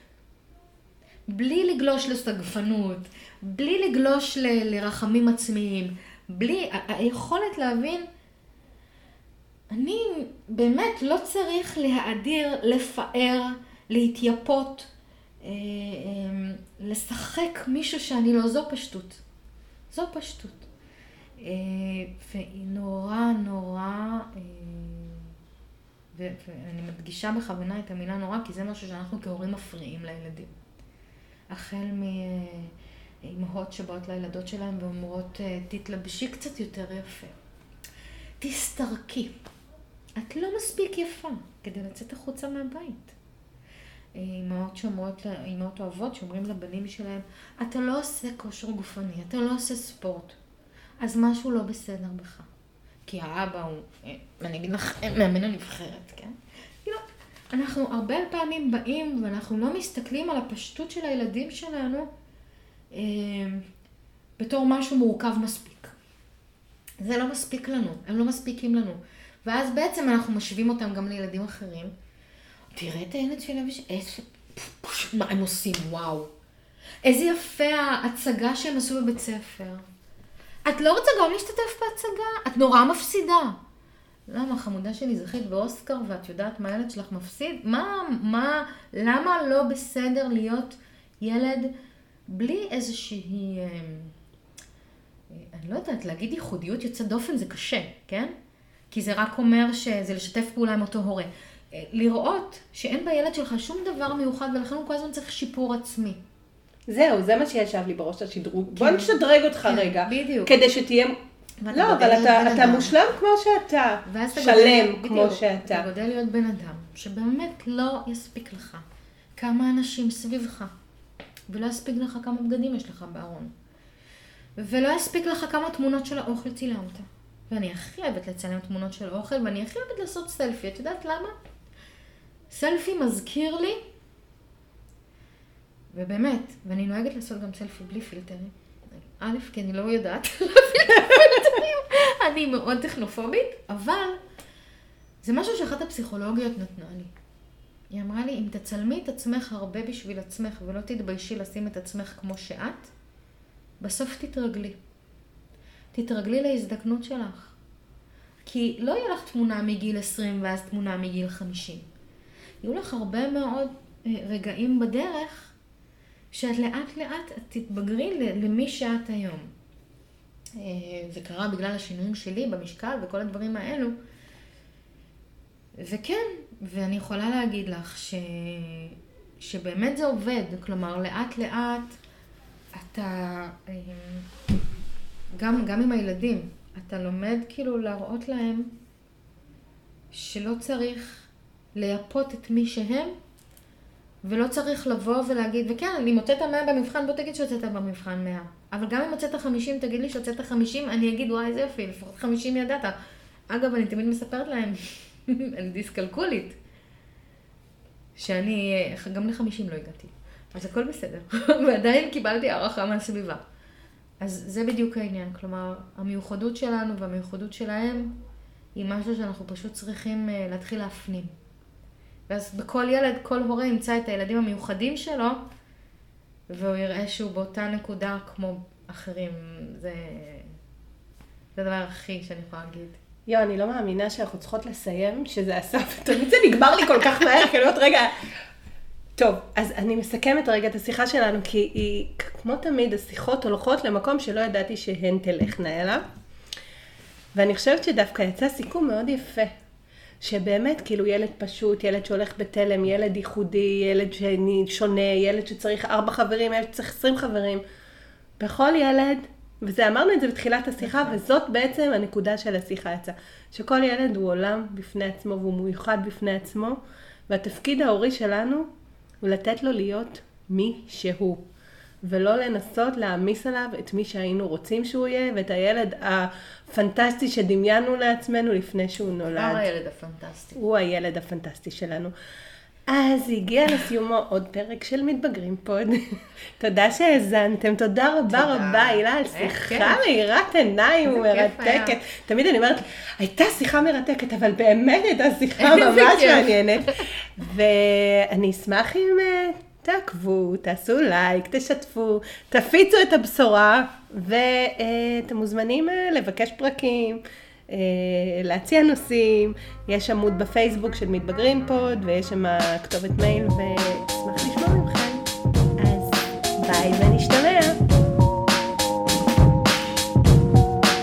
בלי לגלוש לסגפנות, בלי לגלוש ל- לרחמים עצמיים, בלי, ה- היכולת להבין, אני באמת לא צריך להאדיר, לפאר, להתייפות, uh, uh, לשחק מישהו שאני לא, זו פשטות. זו פשטות. והיא נורא נורא, ואני מדגישה בכוונה את המילה נורא, כי זה משהו שאנחנו כהורים מפריעים לילדים. החל מאימהות שבאות לילדות שלהם ואומרות, תתלבשי קצת יותר יפה. תסתרקי. את לא מספיק יפה כדי לצאת החוצה מהבית. אימהות שאומרות, אימהות אוהבות שאומרים לבנים שלהם, אתה לא עושה כושר גופני, אתה לא עושה ספורט, אז משהו לא בסדר בך. כי האבא הוא, אני אגיד לך, מאמן הנבחרת, כן? אנחנו הרבה פעמים באים ואנחנו לא מסתכלים על הפשטות של הילדים שלנו אה, בתור משהו מורכב מספיק. זה לא מספיק לנו, הם לא מספיקים לנו. ואז בעצם אנחנו משווים אותם גם לילדים אחרים. תראה את הילד שלהם, מה הם עושים, וואו. איזה יפה ההצגה שהם עשו בבית ספר. את לא רוצה גם להשתתף בהצגה? את נורא מפסידה. למה, חמודה שלי זכית באוסקר ואת יודעת מה הילד שלך מפסיד? מה, מה, למה לא בסדר להיות ילד בלי איזושהי, אני לא יודעת, להגיד ייחודיות יוצאת דופן זה קשה, כן? כי זה רק אומר שזה לשתף פעולה עם אותו הורה. לראות שאין בילד שלך שום דבר מיוחד, ולכן הוא כל הזמן צריך שיפור עצמי. זהו, זה מה שישב לי בראש השדרוג. כן. בוא נשדרג אותך כן, רגע. בדיוק. כדי שתהיה... לא, אבל אתה, אתה מושלם כמו שאתה. שלם כמו בדיוק, שאתה. אתה גודל להיות בן אדם, שבאמת לא יספיק לך כמה אנשים סביבך, ולא יספיק לך כמה בגדים יש לך בארון. ולא יספיק לך כמה תמונות של האוכל צילמת. ואני הכי אוהבת לצלם תמונות של אוכל, ואני הכי אוהבת לעשות סלפי. את יודעת למה? סלפי מזכיר לי, ובאמת, ואני נוהגת לעשות גם סלפי בלי פילטרים. א', כי אני לא יודעת פילטרים. אני מאוד טכנופובית, אבל זה משהו שאחת הפסיכולוגיות נתנה לי. היא אמרה לי, אם תצלמי את עצמך הרבה בשביל עצמך, ולא תתביישי לשים את עצמך כמו שאת, בסוף תתרגלי. תתרגלי להזדקנות שלך. כי לא יהיה לך תמונה מגיל עשרים ואז תמונה מגיל חמישים. יהיו לך הרבה מאוד רגעים בדרך שאת לאט לאט תתבגרי למי שאת היום. זה קרה בגלל השינויים שלי במשקל וכל הדברים האלו. וכן, ואני יכולה להגיד לך ש... שבאמת זה עובד. כלומר, לאט לאט אתה, גם, גם עם הילדים, אתה לומד כאילו להראות להם שלא צריך לייפות את מי שהם, ולא צריך לבוא ולהגיד, וכן, אני מוצאת מאה במבחן, בוא תגיד שהוצאת במבחן מאה. אבל גם אם הוצאת חמישים, תגיד לי שהוצאת חמישים, אני אגיד, וואי, זה יופי, לפחות חמישים ידעת. אגב, אני תמיד מספרת להם, אני דיסקלקולית, שאני, גם לחמישים לא הגעתי. אז הכל בסדר. ועדיין קיבלתי הערכה מהסביבה. אז זה בדיוק העניין. כלומר, המיוחדות שלנו והמיוחדות שלהם היא משהו שאנחנו פשוט צריכים להתחיל להפנים. ואז בכל ילד, כל הורה ימצא את הילדים המיוחדים שלו, והוא יראה שהוא באותה נקודה כמו אחרים. זה, זה הדבר הכי שאני יכולה להגיד. יו, אני לא מאמינה שאנחנו צריכות לסיים, שזה הסוף. תמיד זה נגמר לי כל כך מהר, כאילו עוד רגע... טוב, אז אני מסכמת רגע את השיחה שלנו, כי היא, כמו תמיד, השיחות הולכות למקום שלא ידעתי שהן תלכנה אליו. ואני חושבת שדווקא יצא סיכום מאוד יפה, שבאמת כאילו ילד פשוט, ילד שהולך בתלם, ילד ייחודי, ילד שונה, ילד שצריך ארבע חברים, ילד שצריך עשרים חברים. בכל ילד, וזה אמרנו את זה בתחילת השיחה, וזאת בעצם הנקודה של השיחה יצא, שכל ילד הוא עולם בפני עצמו, והוא מיוחד בפני עצמו, והתפקיד ההורי שלנו, ולתת לו להיות מי שהוא, ולא לנסות להעמיס עליו את מי שהיינו רוצים שהוא יהיה, ואת הילד הפנטסטי שדמיינו לעצמנו לפני שהוא נולד. הוא הילד הפנטסטי. הוא הילד הפנטסטי שלנו. אז הגיע לסיומו עוד פרק של מתבגרים פוד. תודה שהאזנתם, תודה רבה רבה, הילה, על שיחה מאירת עיניים ומרתקת. תמיד אני אומרת, הייתה שיחה מרתקת, אבל באמת הייתה שיחה ממש מעניינת. ואני אשמח אם תעקבו, תעשו לייק, תשתפו, תפיצו את הבשורה, ואתם מוזמנים לבקש פרקים. להציע נושאים, יש עמוד בפייסבוק של מתבגרים פוד, ויש שם כתובת מייל, ואשמח לשמוע ממכם. אז ביי ונשתמע.